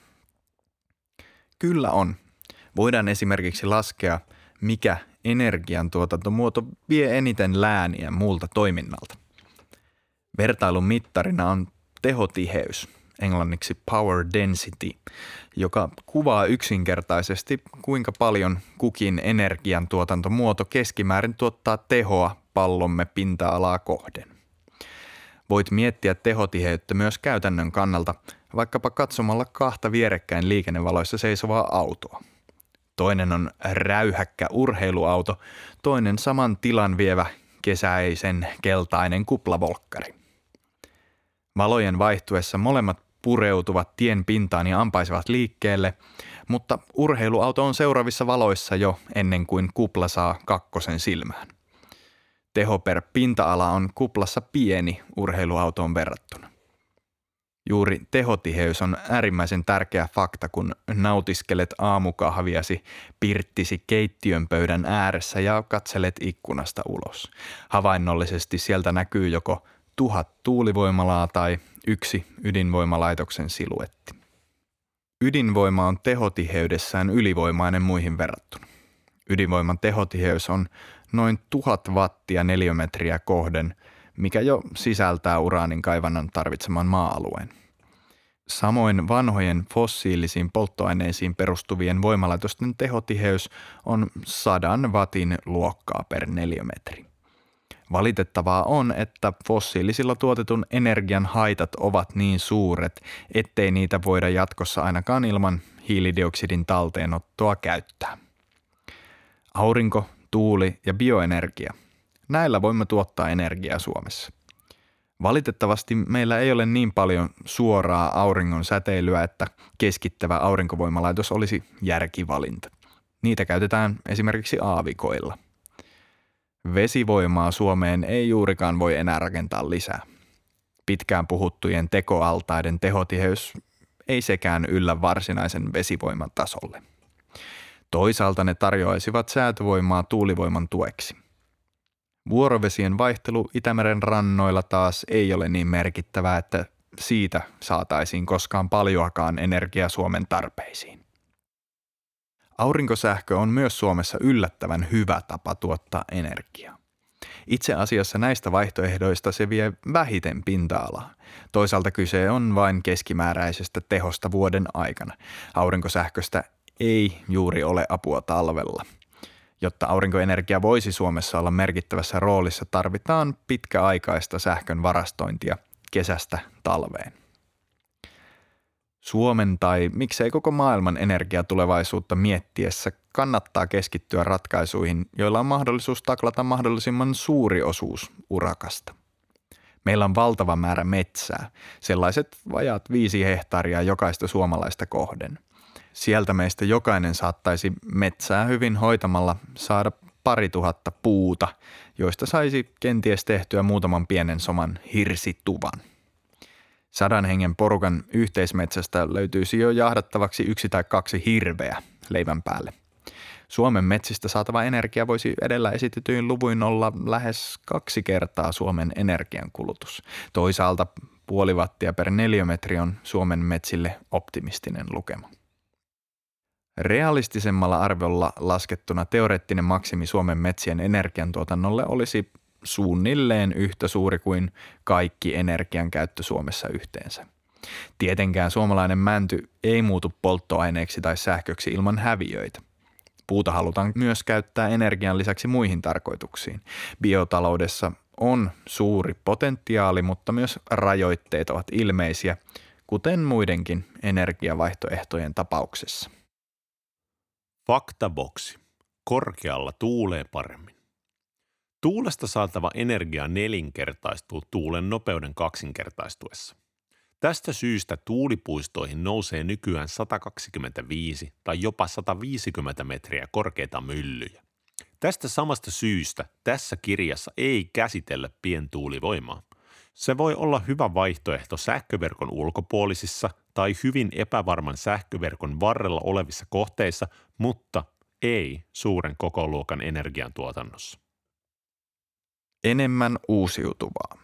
Kyllä on. Voidaan esimerkiksi laskea, mikä energiantuotantomuoto vie eniten lääniä muulta toiminnalta. Vertailun mittarina on tehotiheys, englanniksi power density, joka kuvaa yksinkertaisesti, kuinka paljon kukin energiantuotantomuoto keskimäärin tuottaa tehoa pallomme pinta-alaa kohden. Voit miettiä tehotiheyttä myös käytännön kannalta, vaikkapa katsomalla kahta vierekkäin liikennevaloissa seisovaa autoa. Toinen on räyhäkkä urheiluauto, toinen saman tilan vievä kesäisen keltainen kuplavolkkari. Valojen vaihtuessa molemmat pureutuvat tien pintaan ja ampaisivat liikkeelle, mutta urheiluauto on seuraavissa valoissa jo ennen kuin kupla saa kakkosen silmään. Teho per pinta-ala on kuplassa pieni urheiluautoon verrattuna. Juuri tehotiheys on äärimmäisen tärkeä fakta, kun nautiskelet aamukahviasi pirttisi keittiön pöydän ääressä ja katselet ikkunasta ulos. Havainnollisesti sieltä näkyy joko 1000 tuulivoimalaa tai yksi ydinvoimalaitoksen siluetti. Ydinvoima on tehotiheydessään ylivoimainen muihin verrattuna. Ydinvoiman tehotiheys on noin 1000 wattia neliömetriä kohden, mikä jo sisältää uraanin kaivannan tarvitseman maa-alueen. Samoin vanhojen fossiilisiin polttoaineisiin perustuvien voimalaitosten tehotiheys on 100 watin luokkaa per neliömetri. Valitettavaa on, että fossiilisilla tuotetun energian haitat ovat niin suuret, ettei niitä voida jatkossa ainakaan ilman hiilidioksidin talteenottoa käyttää. Aurinko, tuuli ja bioenergia. Näillä voimme tuottaa energiaa Suomessa. Valitettavasti meillä ei ole niin paljon suoraa auringon säteilyä, että keskittävä aurinkovoimalaitos olisi järkivalinta. Niitä käytetään esimerkiksi aavikoilla. Vesivoimaa Suomeen ei juurikaan voi enää rakentaa lisää. Pitkään puhuttujen tekoaltaiden tehotiheys ei sekään yllä varsinaisen vesivoiman tasolle. Toisaalta ne tarjoaisivat säätövoimaa tuulivoiman tueksi. Vuorovesien vaihtelu Itämeren rannoilla taas ei ole niin merkittävää, että siitä saataisiin koskaan paljoakaan energiaa Suomen tarpeisiin. Aurinkosähkö on myös Suomessa yllättävän hyvä tapa tuottaa energiaa. Itse asiassa näistä vaihtoehdoista se vie vähiten pinta-alaa. Toisaalta kyse on vain keskimääräisestä tehosta vuoden aikana. Aurinkosähköstä ei juuri ole apua talvella. Jotta aurinkoenergia voisi Suomessa olla merkittävässä roolissa, tarvitaan pitkäaikaista sähkön varastointia kesästä talveen. Suomen tai miksei koko maailman energiatulevaisuutta miettiessä kannattaa keskittyä ratkaisuihin, joilla on mahdollisuus taklata mahdollisimman suuri osuus urakasta. Meillä on valtava määrä metsää, sellaiset vajaat 5 hehtaaria jokaista suomalaista kohden. Sieltä meistä jokainen saattaisi metsää hyvin hoitamalla saada 2000 puuta, joista saisi kenties tehtyä muutaman pienen soman hirsituvan. 100 hengen porukan yhteismetsästä löytyisi jo jahdattavaksi 1 tai 2 hirveä leivän päälle. Suomen metsistä saatava energia voisi edellä esitetyin luvuin olla lähes 2 kertaa Suomen energiankulutus. Toisaalta 0,5 wattia per neliömetri on Suomen metsille optimistinen lukema. Realistisemmalla arvolla laskettuna teoreettinen maksimi Suomen metsien energiantuotannolle olisi suunnilleen yhtä suuri kuin kaikki energian käyttö Suomessa yhteensä. Tietenkään suomalainen mänty ei muutu polttoaineeksi tai sähköksi ilman häviöitä. Puuta halutaan myös käyttää energian lisäksi muihin tarkoituksiin. Biotaloudessa on suuri potentiaali, mutta myös rajoitteet ovat ilmeisiä, kuten muidenkin energiavaihtoehtojen tapauksessa. Faktaboksi. Korkealla tuulee paremmin. Tuulesta saatava energia nelinkertaistuu tuulen nopeuden kaksinkertaistuessa. Tästä syystä tuulipuistoihin nousee nykyään 125 tai jopa 150 metriä korkeita myllyjä. Tästä samasta syystä tässä kirjassa ei käsitellä pientuulivoimaa. Se voi olla hyvä vaihtoehto sähköverkon ulkopuolisissa tai hyvin epävarman sähköverkon varrella olevissa kohteissa, mutta ei suuren kokoluokan energiantuotannossa. Enemmän uusiutuvaa.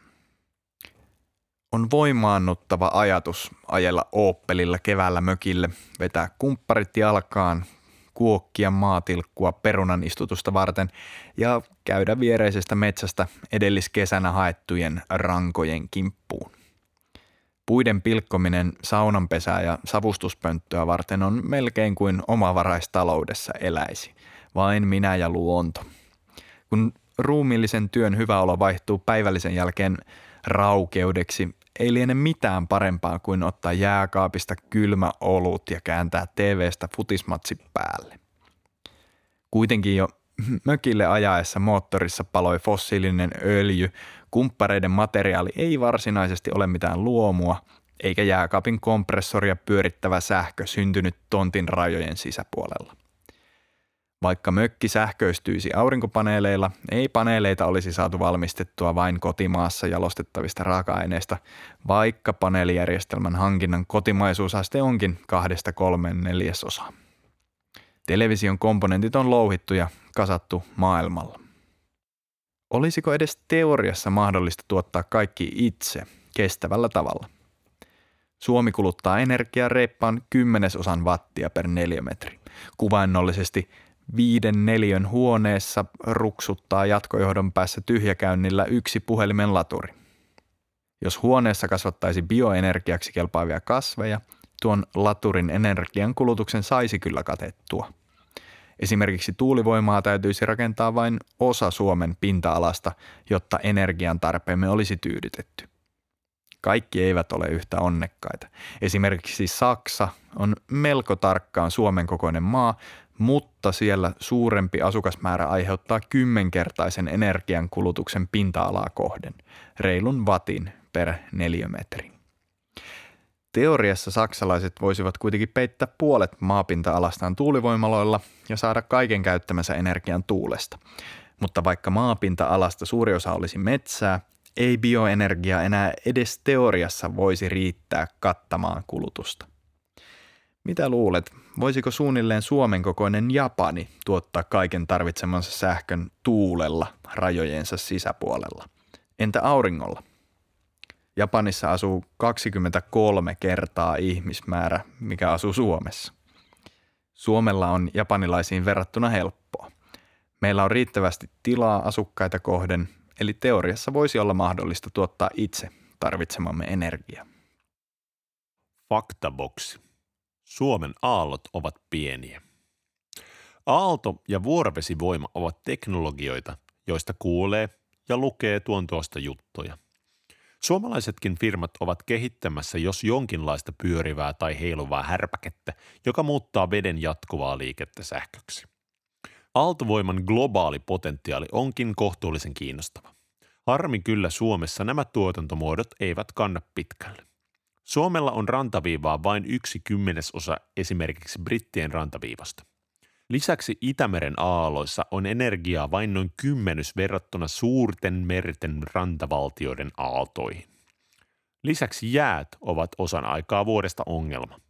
On voimaannuttava ajatus ajella Opelilla keväällä mökille, vetää kumpparit jalkaan, kuokkia maatilkkua perunan istutusta varten ja käydä viereisestä metsästä edelliskesänä haettujen rankojen kimppuun. Puiden pilkkominen saunanpesää ja savustuspönttöä varten on melkein kuin omavaraistaloudessa eläisi, vain minä ja luonto. Kun ruumiillisen työn hyvä olo vaihtuu päivällisen jälkeen raukeudeksi, ei liene mitään parempaa kuin ottaa jääkaapista kylmä olut ja kääntää TV:stä futismatsi päälle. Kuitenkin jo mökille ajaessa moottorissa paloi fossiilinen öljy, kumppareiden materiaali ei varsinaisesti ole mitään luomua, eikä jääkaapin kompressoria pyörittävä sähkö syntynyt tontin rajojen sisäpuolella. Vaikka mökki sähköistyisi aurinkopaneeleilla, ei paneeleita olisi saatu valmistettua vain kotimaassa jalostettavista raaka-aineista, vaikka paneelijärjestelmän hankinnan kotimaisuusaste onkin 2/3 Television komponentit on louhittu ja kasattu maailmalla. Olisiko edes teoriassa mahdollista tuottaa kaikki itse kestävällä tavalla? Suomi kuluttaa energiaa reippaan 1/10 wattia per neliömetri. Kuvainnollisesti 5 neliön huoneessa ruksuttaa jatkojohdon päässä tyhjäkäynnillä 1 puhelimen laturi. Jos huoneessa kasvattaisi bioenergiaksi kelpaavia kasveja, tuon laturin energian kulutuksen saisi kyllä katettua. Esimerkiksi tuulivoimaa täytyisi rakentaa vain osa Suomen pinta-alasta, jotta energian tarpeemme olisi tyydytetty. Kaikki eivät ole yhtä onnekkaita. Esimerkiksi Saksa on melko tarkkaan Suomen kokoinen maa, mutta siellä suurempi asukasmäärä aiheuttaa 10-kertaisen energian kulutuksen pinta-alaa kohden, reilun watin per neliömetri. Teoriassa saksalaiset voisivat kuitenkin peittää puolet maapinta-alastaan tuulivoimaloilla ja saada kaiken käyttämänsä energian tuulesta. Mutta vaikka maapinta-alasta suuri osa olisi metsää, ei bioenergia enää edes teoriassa voisi riittää kattamaan kulutusta. Mitä luulet, voisiko suunnilleen Suomen kokoinen Japani tuottaa kaiken tarvitsemansa sähkön tuulella rajojensa sisäpuolella? Entä auringolla? Japanissa asuu 23 kertaa ihmismäärä, mikä asuu Suomessa. Suomella on japanilaisiin verrattuna helppoa. Meillä on riittävästi tilaa asukkaita kohden, eli teoriassa voisi olla mahdollista tuottaa itse tarvitsemamme energia. Faktaboksi. Suomen aallot ovat pieniä. Aalto- ja vuorovesivoima ovat teknologioita, joista kuulee ja lukee tuon tuosta juttuja. Suomalaisetkin firmat ovat kehittämässä jos jonkinlaista pyörivää tai heiluvaa härpäkettä, joka muuttaa veden jatkuvaa liikettä sähköksi. Aaltovoiman globaali potentiaali onkin kohtuullisen kiinnostava. Harmi kyllä Suomessa nämä tuotantomuodot eivät kanna pitkälle. Suomella on rantaviivaa vain 1/10 esimerkiksi Brittien rantaviivasta. Lisäksi Itämeren aalloissa on energiaa vain noin 10 verrattuna suurten merten rantavaltioiden aaltoihin. Lisäksi jäät ovat osan aikaa vuodesta ongelma.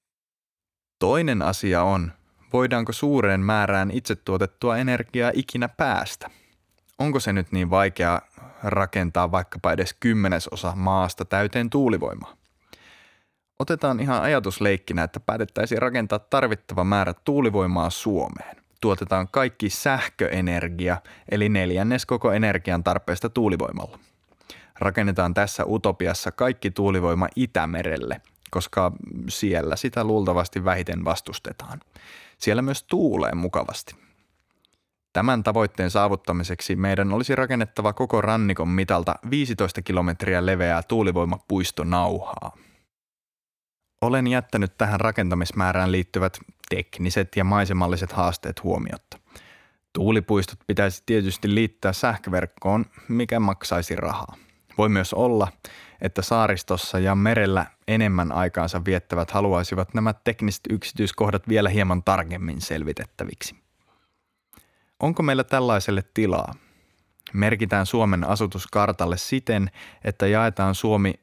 Toinen asia on, voidaanko suureen määrään itse tuotettua energiaa ikinä päästä? Onko se nyt niin vaikea rakentaa vaikkapa edes 10% maasta täyteen tuulivoimaa? Otetaan ihan ajatusleikkinä, että päätettäisiin rakentaa tarvittava määrä tuulivoimaa Suomeen. Tuotetaan kaikki sähköenergia, eli 1/4 koko energian tarpeesta tuulivoimalla. Rakennetaan tässä utopiassa kaikki tuulivoima Itämerelle, koska siellä sitä luultavasti vähiten vastustetaan. Siellä myös tuulee mukavasti. Tämän tavoitteen saavuttamiseksi meidän olisi rakennettava koko rannikon mitalta 15 kilometriä leveää tuulivoimapuistonauhaa. Olen jättänyt tähän rakentamismäärään liittyvät tekniset ja maisemalliset haasteet huomiotta. Tuulipuistot pitäisi tietysti liittää sähköverkkoon, mikä maksaisi rahaa. Voi myös olla, että saaristossa ja merellä enemmän aikaansa viettävät haluaisivat nämä tekniset yksityiskohdat vielä hieman tarkemmin selvitettäviksi. Onko meillä tällaiselle tilaa? Merkitään Suomen asutuskartalle siten, että jaetaan Suomi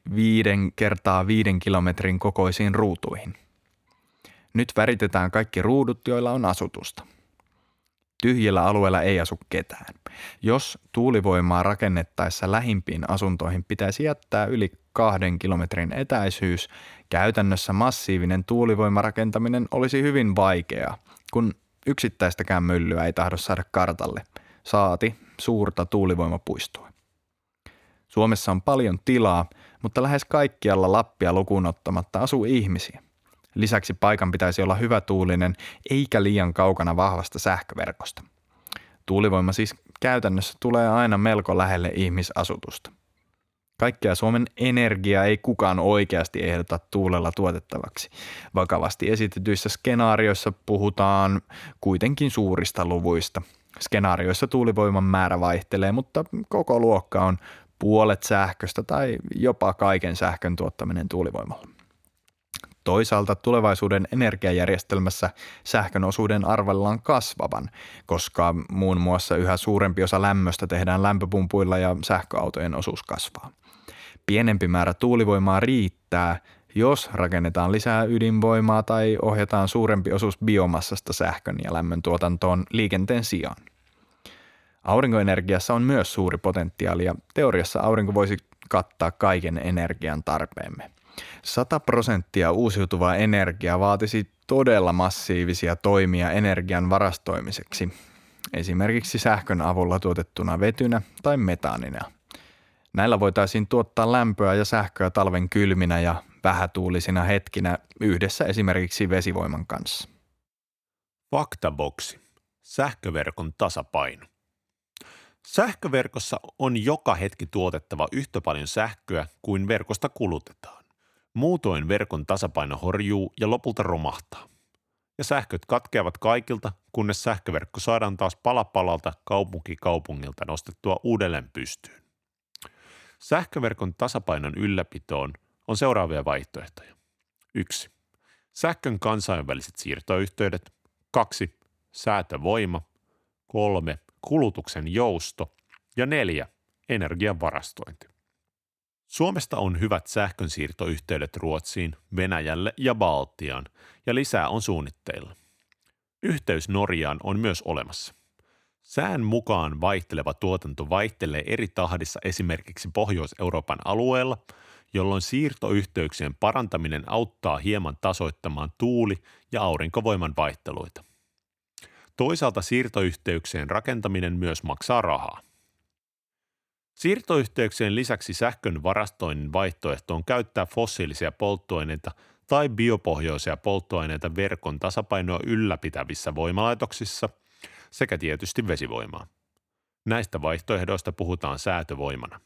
5x5 kilometrin kokoisiin ruutuihin. Nyt väritetään kaikki ruudut, joilla on asutusta. Tyhjillä alueilla ei asu ketään. Jos tuulivoimaa rakennettaessa lähimpiin asuntoihin pitäisi jättää yli 2 kilometrin etäisyys, käytännössä massiivinen tuulivoimarakentaminen olisi hyvin vaikeaa, kun yksittäistäkään myllyä ei tahdo saada kartalle, saati suurta tuulivoimapuistoa. Suomessa on paljon tilaa, mutta lähes kaikkialla Lappia lukuun ottamatta asuu ihmisiä. Lisäksi paikan pitäisi olla hyvätuulinen eikä liian kaukana vahvasta sähköverkosta. Tuulivoima siis käytännössä tulee aina melko lähelle ihmisasutusta. Kaikkea Suomen energiaa ei kukaan oikeasti ehdota tuulella tuotettavaksi. Vakavasti esitetyissä skenaarioissa puhutaan kuitenkin suurista luvuista. Skenaarioissa tuulivoiman määrä vaihtelee, mutta koko luokka on puolet sähköstä tai jopa kaiken sähkön tuottaminen tuulivoimalla. Toisaalta tulevaisuuden energiajärjestelmässä sähkön osuuden arvellaan kasvavan, koska muun muassa yhä suurempi osa lämmöstä tehdään lämpöpumpuilla ja sähköautojen osuus kasvaa. Pienempi määrä tuulivoimaa riittää, jos rakennetaan lisää ydinvoimaa tai ohjataan suurempi osuus biomassasta sähkön ja lämmön tuotantoon liikenteen sijaan. Aurinkoenergiassa on myös suuri potentiaali ja teoriassa aurinko voisi kattaa kaiken energian tarpeemme. 100% uusiutuvaa energiaa vaatisi todella massiivisia toimia energian varastoimiseksi, esimerkiksi sähkön avulla tuotettuna vetynä tai metaanina. Näillä voitaisiin tuottaa lämpöä ja sähköä talven kylminä ja vähätuulisina hetkinä yhdessä esimerkiksi vesivoiman kanssa. Faktaboksi. Sähköverkon tasapaino. Sähköverkossa on joka hetki tuotettava yhtä paljon sähköä kuin verkosta kulutetaan. Muutoin verkon tasapaino horjuu ja lopulta romahtaa. Ja sähköt katkeavat kaikilta, kunnes sähköverkko saadaan taas pala palalta kaupunki kaupungilta nostettua uudelleen pystyyn. Sähköverkon tasapainon ylläpitoon on seuraavia vaihtoehtoja. 1. Sähkön kansainväliset siirtoyhteydet. 2. Säätövoima. 3. Kulutuksen jousto. Ja 4. Energian varastointi. Suomesta on hyvät sähkönsiirtoyhteydet Ruotsiin, Venäjälle ja Baltiaan, ja lisää on suunnitteilla. Yhteys Norjaan on myös olemassa. Sään mukaan vaihteleva tuotanto vaihtelee eri tahdissa esimerkiksi Pohjois-Euroopan alueella, jolloin siirtoyhteyksien parantaminen auttaa hieman tasoittamaan tuuli- ja aurinkovoiman vaihteluita. Toisaalta siirtoyhteyksien rakentaminen myös maksaa rahaa. Siirtoyhteyksien lisäksi sähkön varastoinnin vaihtoehto on käyttää fossiilisia polttoaineita tai biopohjaisia polttoaineita verkon tasapainoa ylläpitävissä voimalaitoksissa sekä tietysti vesivoimaa. Näistä vaihtoehdoista puhutaan säätövoimana.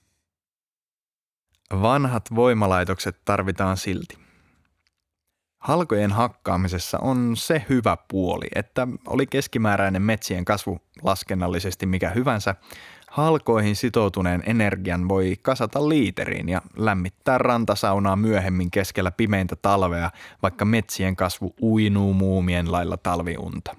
Vanhat voimalaitokset tarvitaan silti. Halkojen hakkaamisessa on se hyvä puoli, että oli keskimääräinen metsien kasvu laskennallisesti mikä hyvänsä, halkoihin sitoutuneen energian voi kasata liiteriin ja lämmittää rantasaunaa myöhemmin keskellä pimeintä talvea, vaikka metsien kasvu uinuu muumien lailla talviunta.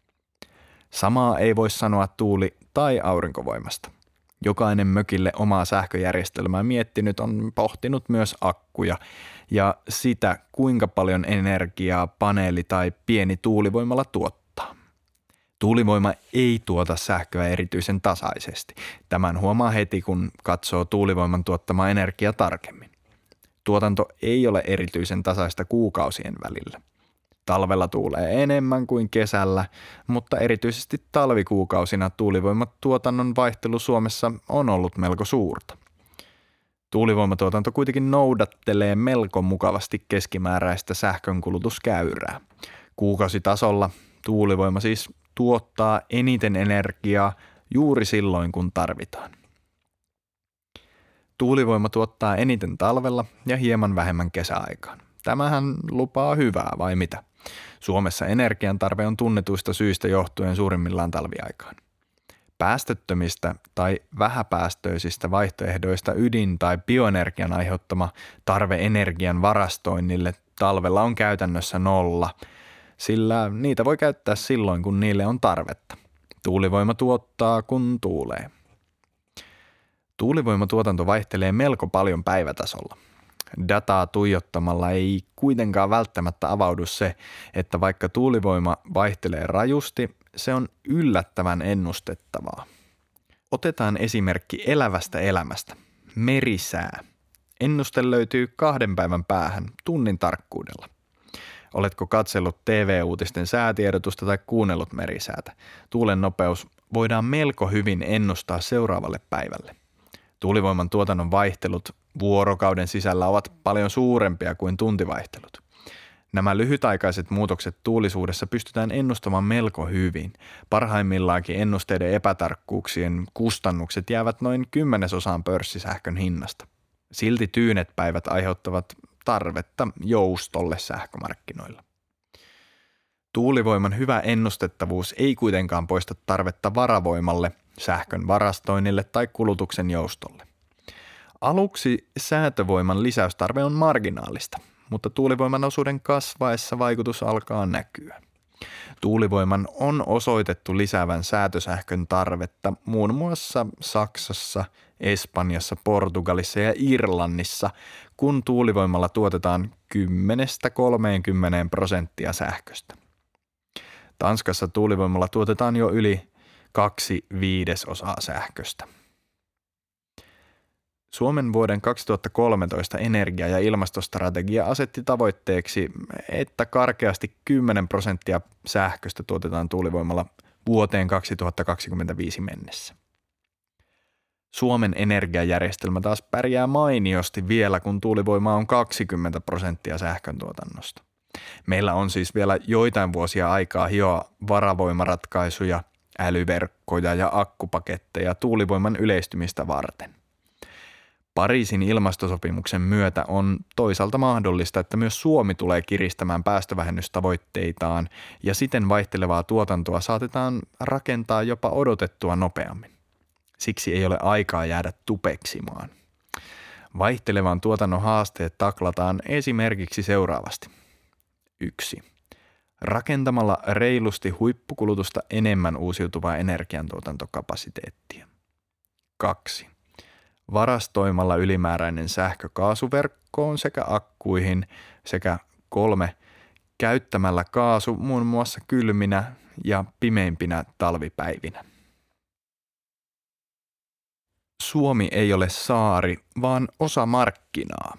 Samaa ei voi sanoa tuuli- tai aurinkovoimasta. Jokainen mökille omaa sähköjärjestelmää miettinyt on pohtinut myös akkuja ja sitä, kuinka paljon energiaa paneeli tai pieni tuulivoimala tuottaa. Tuulivoima ei tuota sähköä erityisen tasaisesti. Tämän huomaa heti, kun katsoo tuulivoiman tuottamaa energiaa tarkemmin. Tuotanto ei ole erityisen tasaista kuukausien välillä. Talvella tuulee enemmän kuin kesällä, mutta erityisesti talvikuukausina tuulivoimatuotannon vaihtelu Suomessa on ollut melko suurta. Tuulivoimatuotanto kuitenkin noudattelee melko mukavasti keskimääräistä sähkönkulutuskäyrää. Kuukausitasolla tuulivoima siis tuottaa eniten energiaa juuri silloin, kun tarvitaan. Tuulivoima tuottaa eniten talvella ja hieman vähemmän kesäaikaan. Tämähän lupaa hyvää, vai mitä? Suomessa energiantarve on tunnetuista syistä johtuen suurimmillaan talviaikaan. Päästöttömistä tai vähäpäästöisistä vaihtoehdoista ydin- tai bioenergian aiheuttama tarve energian varastoinnille talvella on käytännössä nolla, sillä niitä voi käyttää silloin, kun niille on tarvetta. Tuulivoima tuottaa, kun tuulee. Tuulivoimatuotanto vaihtelee melko paljon päivätasolla. Dataa tuijottamalla ei kuitenkaan välttämättä avaudu se, että vaikka tuulivoima vaihtelee rajusti, se on yllättävän ennustettavaa. Otetaan esimerkki elävästä elämästä. Merisää. Ennuste löytyy 2 päivän päähän tunnin tarkkuudella. Oletko katsellut TV-uutisten säätiedotusta tai kuunnellut merisäätä? Tuulen nopeus voidaan melko hyvin ennustaa seuraavalle päivälle. Tuulivoiman tuotannon vaihtelut vuorokauden sisällä ovat paljon suurempia kuin tuntivaihtelut. Nämä lyhytaikaiset muutokset tuulisuudessa pystytään ennustamaan melko hyvin. Parhaimmillaankin ennusteiden epätarkkuuksien kustannukset jäävät noin 10% pörssisähkön hinnasta. Silti tyynet päivät aiheuttavat tarvetta joustolle sähkömarkkinoilla. Tuulivoiman hyvä ennustettavuus ei kuitenkaan poista tarvetta varavoimalle, sähkön varastoinnille tai kulutuksen joustolle. Aluksi säätövoiman lisäystarve on marginaalista, mutta tuulivoiman osuuden kasvaessa vaikutus alkaa näkyä. Tuulivoiman on osoitettu lisäävän säätösähkön tarvetta muun muassa Saksassa, Espanjassa, Portugalissa ja Irlannissa, kun tuulivoimalla tuotetaan 10–30% sähköstä. Tanskassa tuulivoimalla tuotetaan jo yli 2/5 sähköstä. Suomen vuoden 2013 energia- ja ilmastostrategia asetti tavoitteeksi, että karkeasti 10% sähköstä tuotetaan tuulivoimalla vuoteen 2025 mennessä. Suomen energiajärjestelmä taas pärjää mainiosti vielä, kun tuulivoima on 20% sähköntuotannosta. Meillä on siis vielä joitain vuosia aikaa hioa varavoimaratkaisuja, älyverkkoja ja akkupaketteja tuulivoiman yleistymistä varten. Pariisin ilmastosopimuksen myötä on toisaalta mahdollista, että myös Suomi tulee kiristämään päästövähennystavoitteitaan ja siten vaihtelevaa tuotantoa saatetaan rakentaa jopa odotettua nopeammin. Siksi ei ole aikaa jäädä tupeksimaan. Vaihtelevan tuotannon haasteet taklataan esimerkiksi seuraavasti. 1. Rakentamalla reilusti huippukulutusta enemmän uusiutuvaa energiantuotantokapasiteettia. 2. Varastoimalla ylimääräinen sähkö kaasuverkkoon sekä akkuihin sekä 3. Käyttämällä kaasu muun muassa kylminä ja pimeimpinä talvipäivinä. Suomi ei ole saari, vaan osa markkinaa.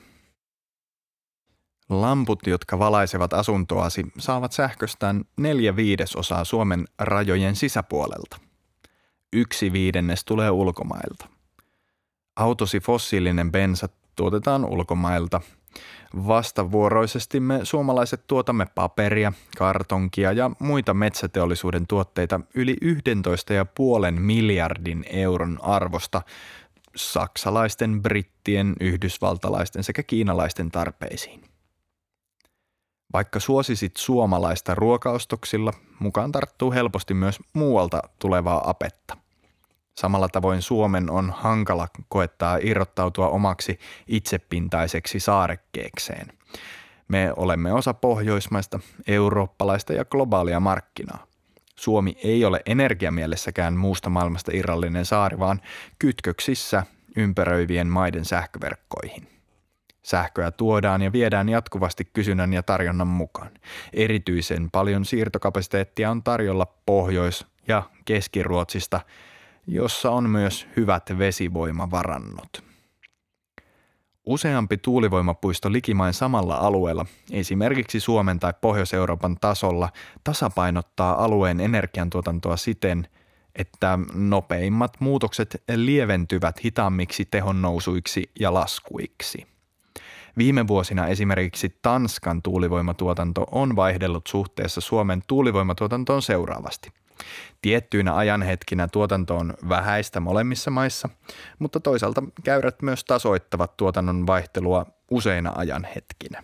Lamput, jotka valaisevat asuntoasi, saavat sähköstään 4/5 Suomen rajojen sisäpuolelta. 1/5 tulee ulkomailta. Autosi fossiilinen bensa tuotetaan ulkomailta. Vastavuoroisesti me suomalaiset tuotamme paperia, kartonkia ja muita metsäteollisuuden tuotteita yli 11,5 miljardin euron arvosta saksalaisten, brittien, yhdysvaltalaisten sekä kiinalaisten tarpeisiin. Vaikka suosisit suomalaista ruokaostoksilla, mukaan tarttuu helposti myös muualta tulevaa apetta. Samalla tavoin Suomen on hankala koettaa irrottautua omaksi itsepintaiseksi saarekkeekseen. Me olemme osa pohjoismaista, eurooppalaista ja globaalia markkinaa. Suomi ei ole energiamielessäkään muusta maailmasta irrallinen saari, vaan kytköksissä ympäröivien maiden sähköverkkoihin. Sähköä tuodaan ja viedään jatkuvasti kysynnän ja tarjonnan mukaan. Erityisen paljon siirtokapasiteettia on tarjolla Pohjois- ja Keski-Ruotsista, jossa on myös hyvät vesivoimavarannot. Useampi tuulivoimapuisto likimain samalla alueella, esimerkiksi Suomen tai Pohjois-Euroopan tasolla, tasapainottaa alueen energiantuotantoa siten, että nopeimmat muutokset lieventyvät hitaammiksi tehonnousuiksi ja laskuiksi. Viime vuosina esimerkiksi Tanskan tuulivoimatuotanto on vaihdellut suhteessa Suomen tuulivoimatuotantoon seuraavasti. Tiettyinä ajanhetkinä tuotanto on vähäistä molemmissa maissa, mutta toisaalta käyrät myös tasoittavat tuotannon vaihtelua useina ajanhetkinä.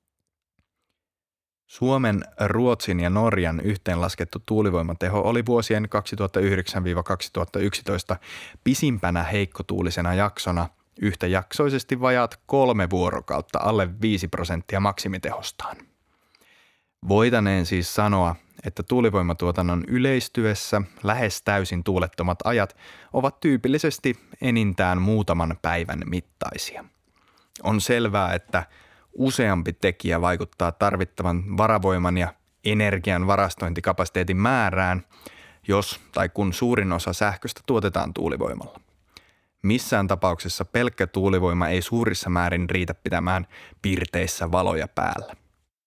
Suomen, Ruotsin ja Norjan yhteenlaskettu tuulivoimateho oli vuosien 2009–2011 pisimpänä heikkotuulisena jaksona yhtäjaksoisesti vajaat 3 vuorokautta alle 5% maksimitehostaan. Voitaneen siis sanoa, että tuulivoimatuotannon yleistyessä lähes täysin tuulettomat ajat ovat tyypillisesti enintään muutaman päivän mittaisia. On selvää, että useampi tekijä vaikuttaa tarvittavan varavoiman ja energian varastointikapasiteetin määrään, jos tai kun suurin osa sähköstä tuotetaan tuulivoimalla. Missään tapauksessa pelkkä tuulivoima ei suurissa määrin riitä pitämään pirteissä valoja päällä.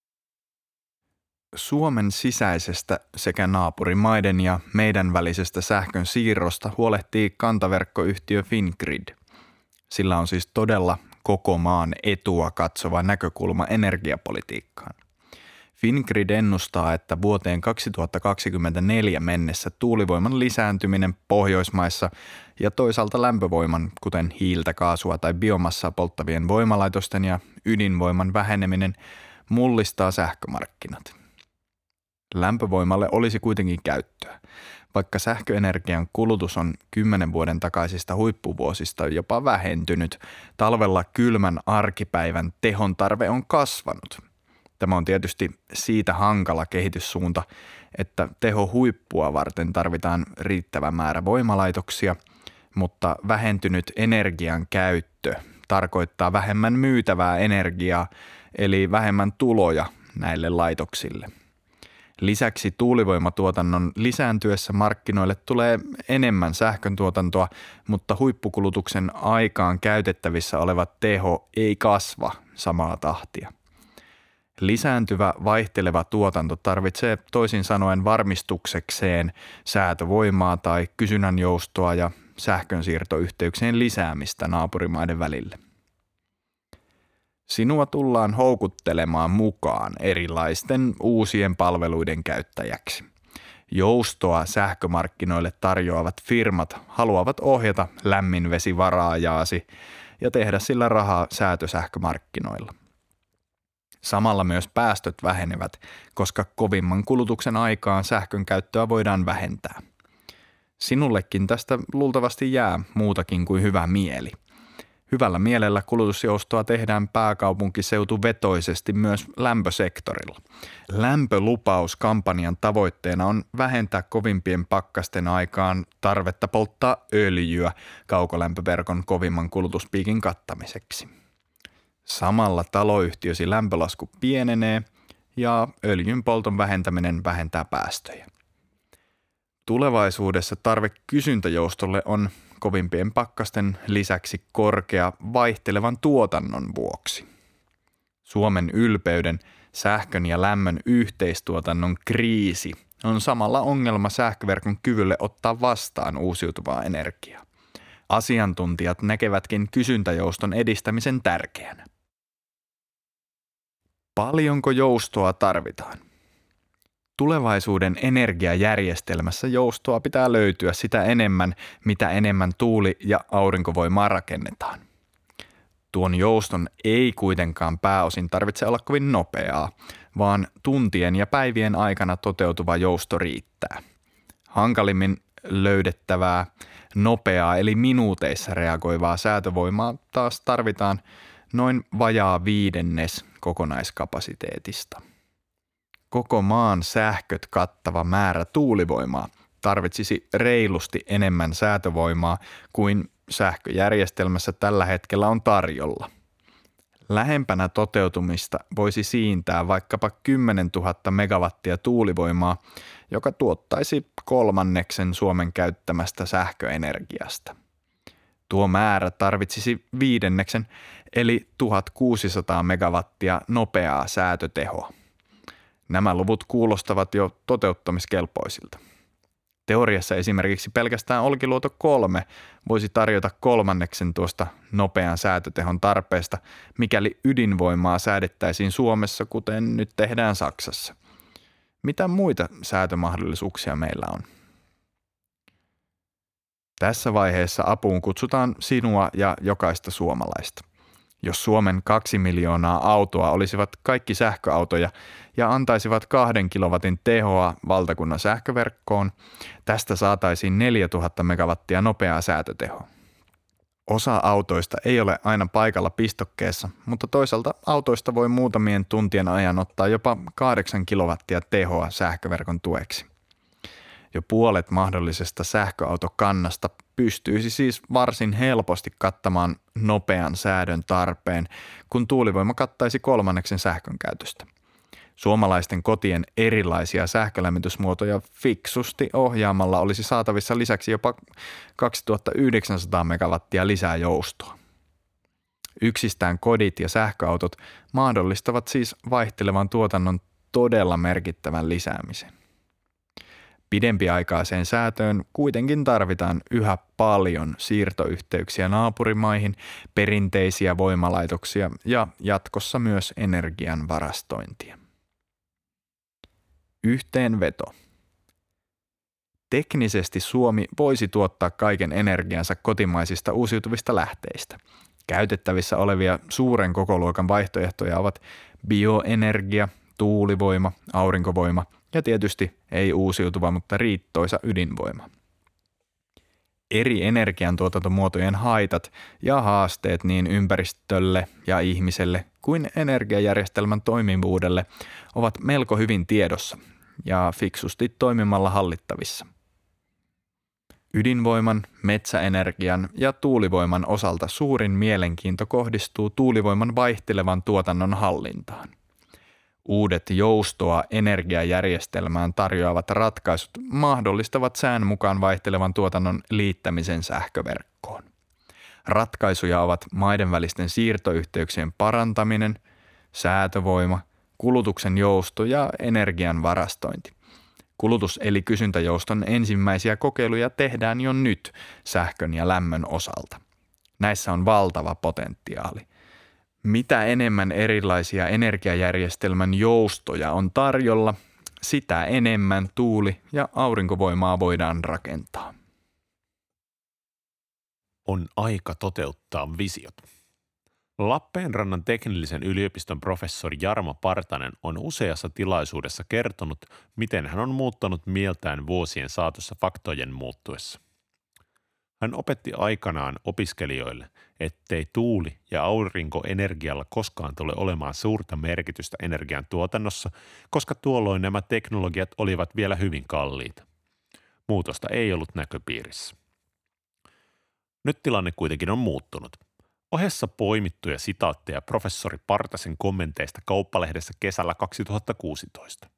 Suomen sisäisestä sekä naapurimaiden ja meidän välisestä sähkön siirrosta huolehtii kantaverkkoyhtiö Fingrid. Sillä on siis todella koko maan etua katsova näkökulma energiapolitiikkaan. Fingrid ennustaa, että vuoteen 2024 mennessä tuulivoiman lisääntyminen Pohjoismaissa ja toisaalta lämpövoiman, kuten hiiltä, kaasua tai biomassaa polttavien voimalaitosten ja ydinvoiman väheneminen mullistaa sähkömarkkinat. Lämpövoimalle olisi kuitenkin käyttöä. Vaikka sähköenergian kulutus on 10 vuoden takaisista huippuvuosista jopa vähentynyt, talvella kylmän arkipäivän tehon tarve on kasvanut. Tämä on tietysti siitä hankala kehityssuunta, että tehohuippua varten tarvitaan riittävä määrä voimalaitoksia, mutta vähentynyt energian käyttö tarkoittaa vähemmän myytävää energiaa, eli vähemmän tuloja näille laitoksille. Lisäksi tuulivoimatuotannon lisääntyessä markkinoille tulee enemmän sähköntuotantoa, mutta huippukulutuksen aikaan käytettävissä oleva teho ei kasva samaa tahtia. Lisääntyvä vaihteleva tuotanto tarvitsee toisin sanoen varmistuksekseen säätövoimaa tai kysynnän joustoa ja sähkönsiirtoyhteyksien lisäämistä naapurimaiden välille. Sinua tullaan houkuttelemaan mukaan erilaisten uusien palveluiden käyttäjäksi. Joustoa sähkömarkkinoille tarjoavat firmat haluavat ohjata lämminvesivarajaasi ja tehdä sillä rahaa säätösähkömarkkinoilla. Samalla myös päästöt vähenevät, koska kovimman kulutuksen aikaan sähkön käyttöä voidaan vähentää. Sinullekin tästä luultavasti jää muutakin kuin hyvä mieli. Hyvällä mielellä kulutusjoustoa tehdään pääkaupunkiseutuvetoisesti myös lämpösektorilla. Lämpölupauskampanjan tavoitteena on vähentää kovimpien pakkasten aikaan tarvetta polttaa öljyä kaukolämpöverkon kovimman kulutuspiikin kattamiseksi. Samalla taloyhtiösi lämpölasku pienenee ja öljyn polton vähentäminen vähentää päästöjä. Tulevaisuudessa tarve kysyntäjoustolle on kovimpien pakkasten lisäksi korkea vaihtelevan tuotannon vuoksi. Suomen ylpeyden sähkön ja lämmön yhteistuotannon kriisi on samalla ongelma sähköverkon kyvylle ottaa vastaan uusiutuvaa energiaa. Asiantuntijat näkevätkin kysyntäjouston edistämisen tärkeänä. Paljonko joustoa tarvitaan? Tulevaisuuden energiajärjestelmässä joustoa pitää löytyä sitä enemmän, mitä enemmän tuuli- ja aurinkovoimaa rakennetaan. Tuon jouston ei kuitenkaan pääosin tarvitse olla kovin nopeaa, vaan tuntien ja päivien aikana toteutuva jousto riittää. Hankalimmin löydettävää, nopeaa eli minuuteissa reagoivaa säätövoimaa taas tarvitaan noin vajaa 1/5 kokonaiskapasiteetista. Koko maan sähköt kattava määrä tuulivoimaa tarvitsisi reilusti enemmän säätövoimaa kuin sähköjärjestelmässä tällä hetkellä on tarjolla. Lähempänä toteutumista voisi siintää vaikkapa 10 000 megawattia tuulivoimaa, joka tuottaisi 1/3 Suomen käyttämästä sähköenergiasta. Tuo määrä tarvitsisi 1/5 eli 1600 megawattia nopeaa säätötehoa. Nämä luvut kuulostavat jo toteuttamiskelpoisilta. Teoriassa esimerkiksi pelkästään Olkiluoto 3 voisi tarjota 1/3 tuosta nopean säätötehon tarpeesta, mikäli ydinvoimaa säädettäisiin Suomessa, kuten nyt tehdään Saksassa. Mitä muita säätömahdollisuuksia meillä on? Tässä vaiheessa apuun kutsutaan sinua ja jokaista suomalaista. Jos Suomen 2 miljoonaa autoa olisivat kaikki sähköautoja ja antaisivat 2 kilowatin tehoa valtakunnan sähköverkkoon, tästä saataisiin 4000 megawattia nopeaa säätötehoa. Osa autoista ei ole aina paikalla pistokkeessa, mutta toisaalta autoista voi muutamien tuntien ajan ottaa jopa 8 kilowattia tehoa sähköverkon tueksi. Jo puolet mahdollisesta sähköautokannasta pystyisi siis varsin helposti kattamaan nopean säädön tarpeen, kun tuulivoima kattaisi 1/3 sähkön käytöstä. Suomalaisten kotien erilaisia sähkölämmitysmuotoja fiksusti ohjaamalla olisi saatavissa lisäksi jopa 2900 megawattia lisää joustoa. Yksistään kodit ja sähköautot mahdollistavat siis vaihtelevan tuotannon todella merkittävän lisäämisen. Pidempiaikaiseen säätöön kuitenkin tarvitaan yhä paljon siirtoyhteyksiä naapurimaihin, perinteisiä voimalaitoksia ja jatkossa myös energian varastointia. Yhteenveto. Teknisesti Suomi voisi tuottaa kaiken energiansa kotimaisista uusiutuvista lähteistä. Käytettävissä olevia suuren kokoluokan vaihtoehtoja ovat bioenergia, tuulivoima, aurinkovoima ja tietysti ei uusiutuva, mutta riittoisa ydinvoima. Eri energiantuotantomuotojen haitat ja haasteet niin ympäristölle ja ihmiselle kuin energiajärjestelmän toimivuudelle ovat melko hyvin tiedossa ja fiksusti toimimalla hallittavissa. Ydinvoiman, metsäenergian ja tuulivoiman osalta suurin mielenkiinto kohdistuu tuulivoiman vaihtelevan tuotannon hallintaan. Uudet joustoa energiajärjestelmään tarjoavat ratkaisut mahdollistavat sään mukaan vaihtelevan tuotannon liittämisen sähköverkkoon. Ratkaisuja ovat maiden välisten siirtoyhteyksien parantaminen, säätövoima, kulutuksen jousto ja energian varastointi. Kulutus- eli kysyntäjouston ensimmäisiä kokeiluja tehdään jo nyt sähkön ja lämmön osalta. Näissä on valtava potentiaali. Mitä enemmän erilaisia energiajärjestelmän joustoja on tarjolla, sitä enemmän tuuli- ja aurinkovoimaa voidaan rakentaa. On aika toteuttaa visiot. Lappeenrannan teknillisen yliopiston professori Jarmo Partanen on useassa tilaisuudessa kertonut, miten hän on muuttanut mieltään vuosien saatossa faktojen muuttuessa. Hän opetti aikanaan opiskelijoille, ettei tuuli- ja aurinkoenergialla koskaan tule olemaan suurta merkitystä energian tuotannossa, koska tuolloin nämä teknologiat olivat vielä hyvin kalliita. Muutosta ei ollut näköpiirissä. Nyt tilanne kuitenkin on muuttunut. Ohessa poimittuja sitaatteja professori Partasen kommenteista Kauppalehdessä kesällä 2016.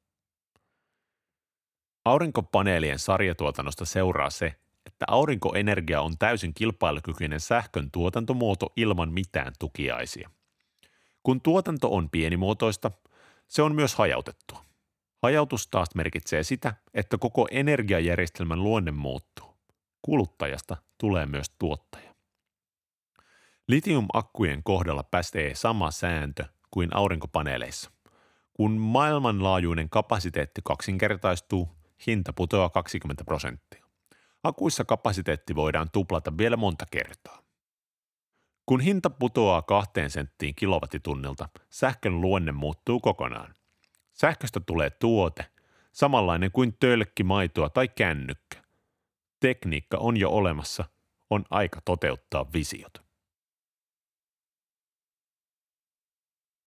Aurinkopaneelien sarjatuotannosta seuraa se, että aurinkoenergia on täysin kilpailukykyinen sähkön tuotantomuoto ilman mitään tukiaisia. Kun tuotanto on pienimuotoista, se on myös hajautettua. Hajautus taas merkitsee sitä, että koko energiajärjestelmän luonne muuttuu. Kuluttajasta tulee myös tuottaja. Litiumakkujen kohdalla pätee sama sääntö kuin aurinkopaneeleissa. Kun maailmanlaajuinen kapasiteetti kaksinkertaistuu, hinta putoaa 20%. Akuissa kapasiteetti voidaan tuplata vielä monta kertaa. Kun hinta putoaa 2 senttiin kilowattitunnilta, sähkön luonne muuttuu kokonaan. Sähköstä tulee tuote, samanlainen kuin tölkki, maitoa tai kännykkä. Tekniikka on jo olemassa, on aika toteuttaa visiot.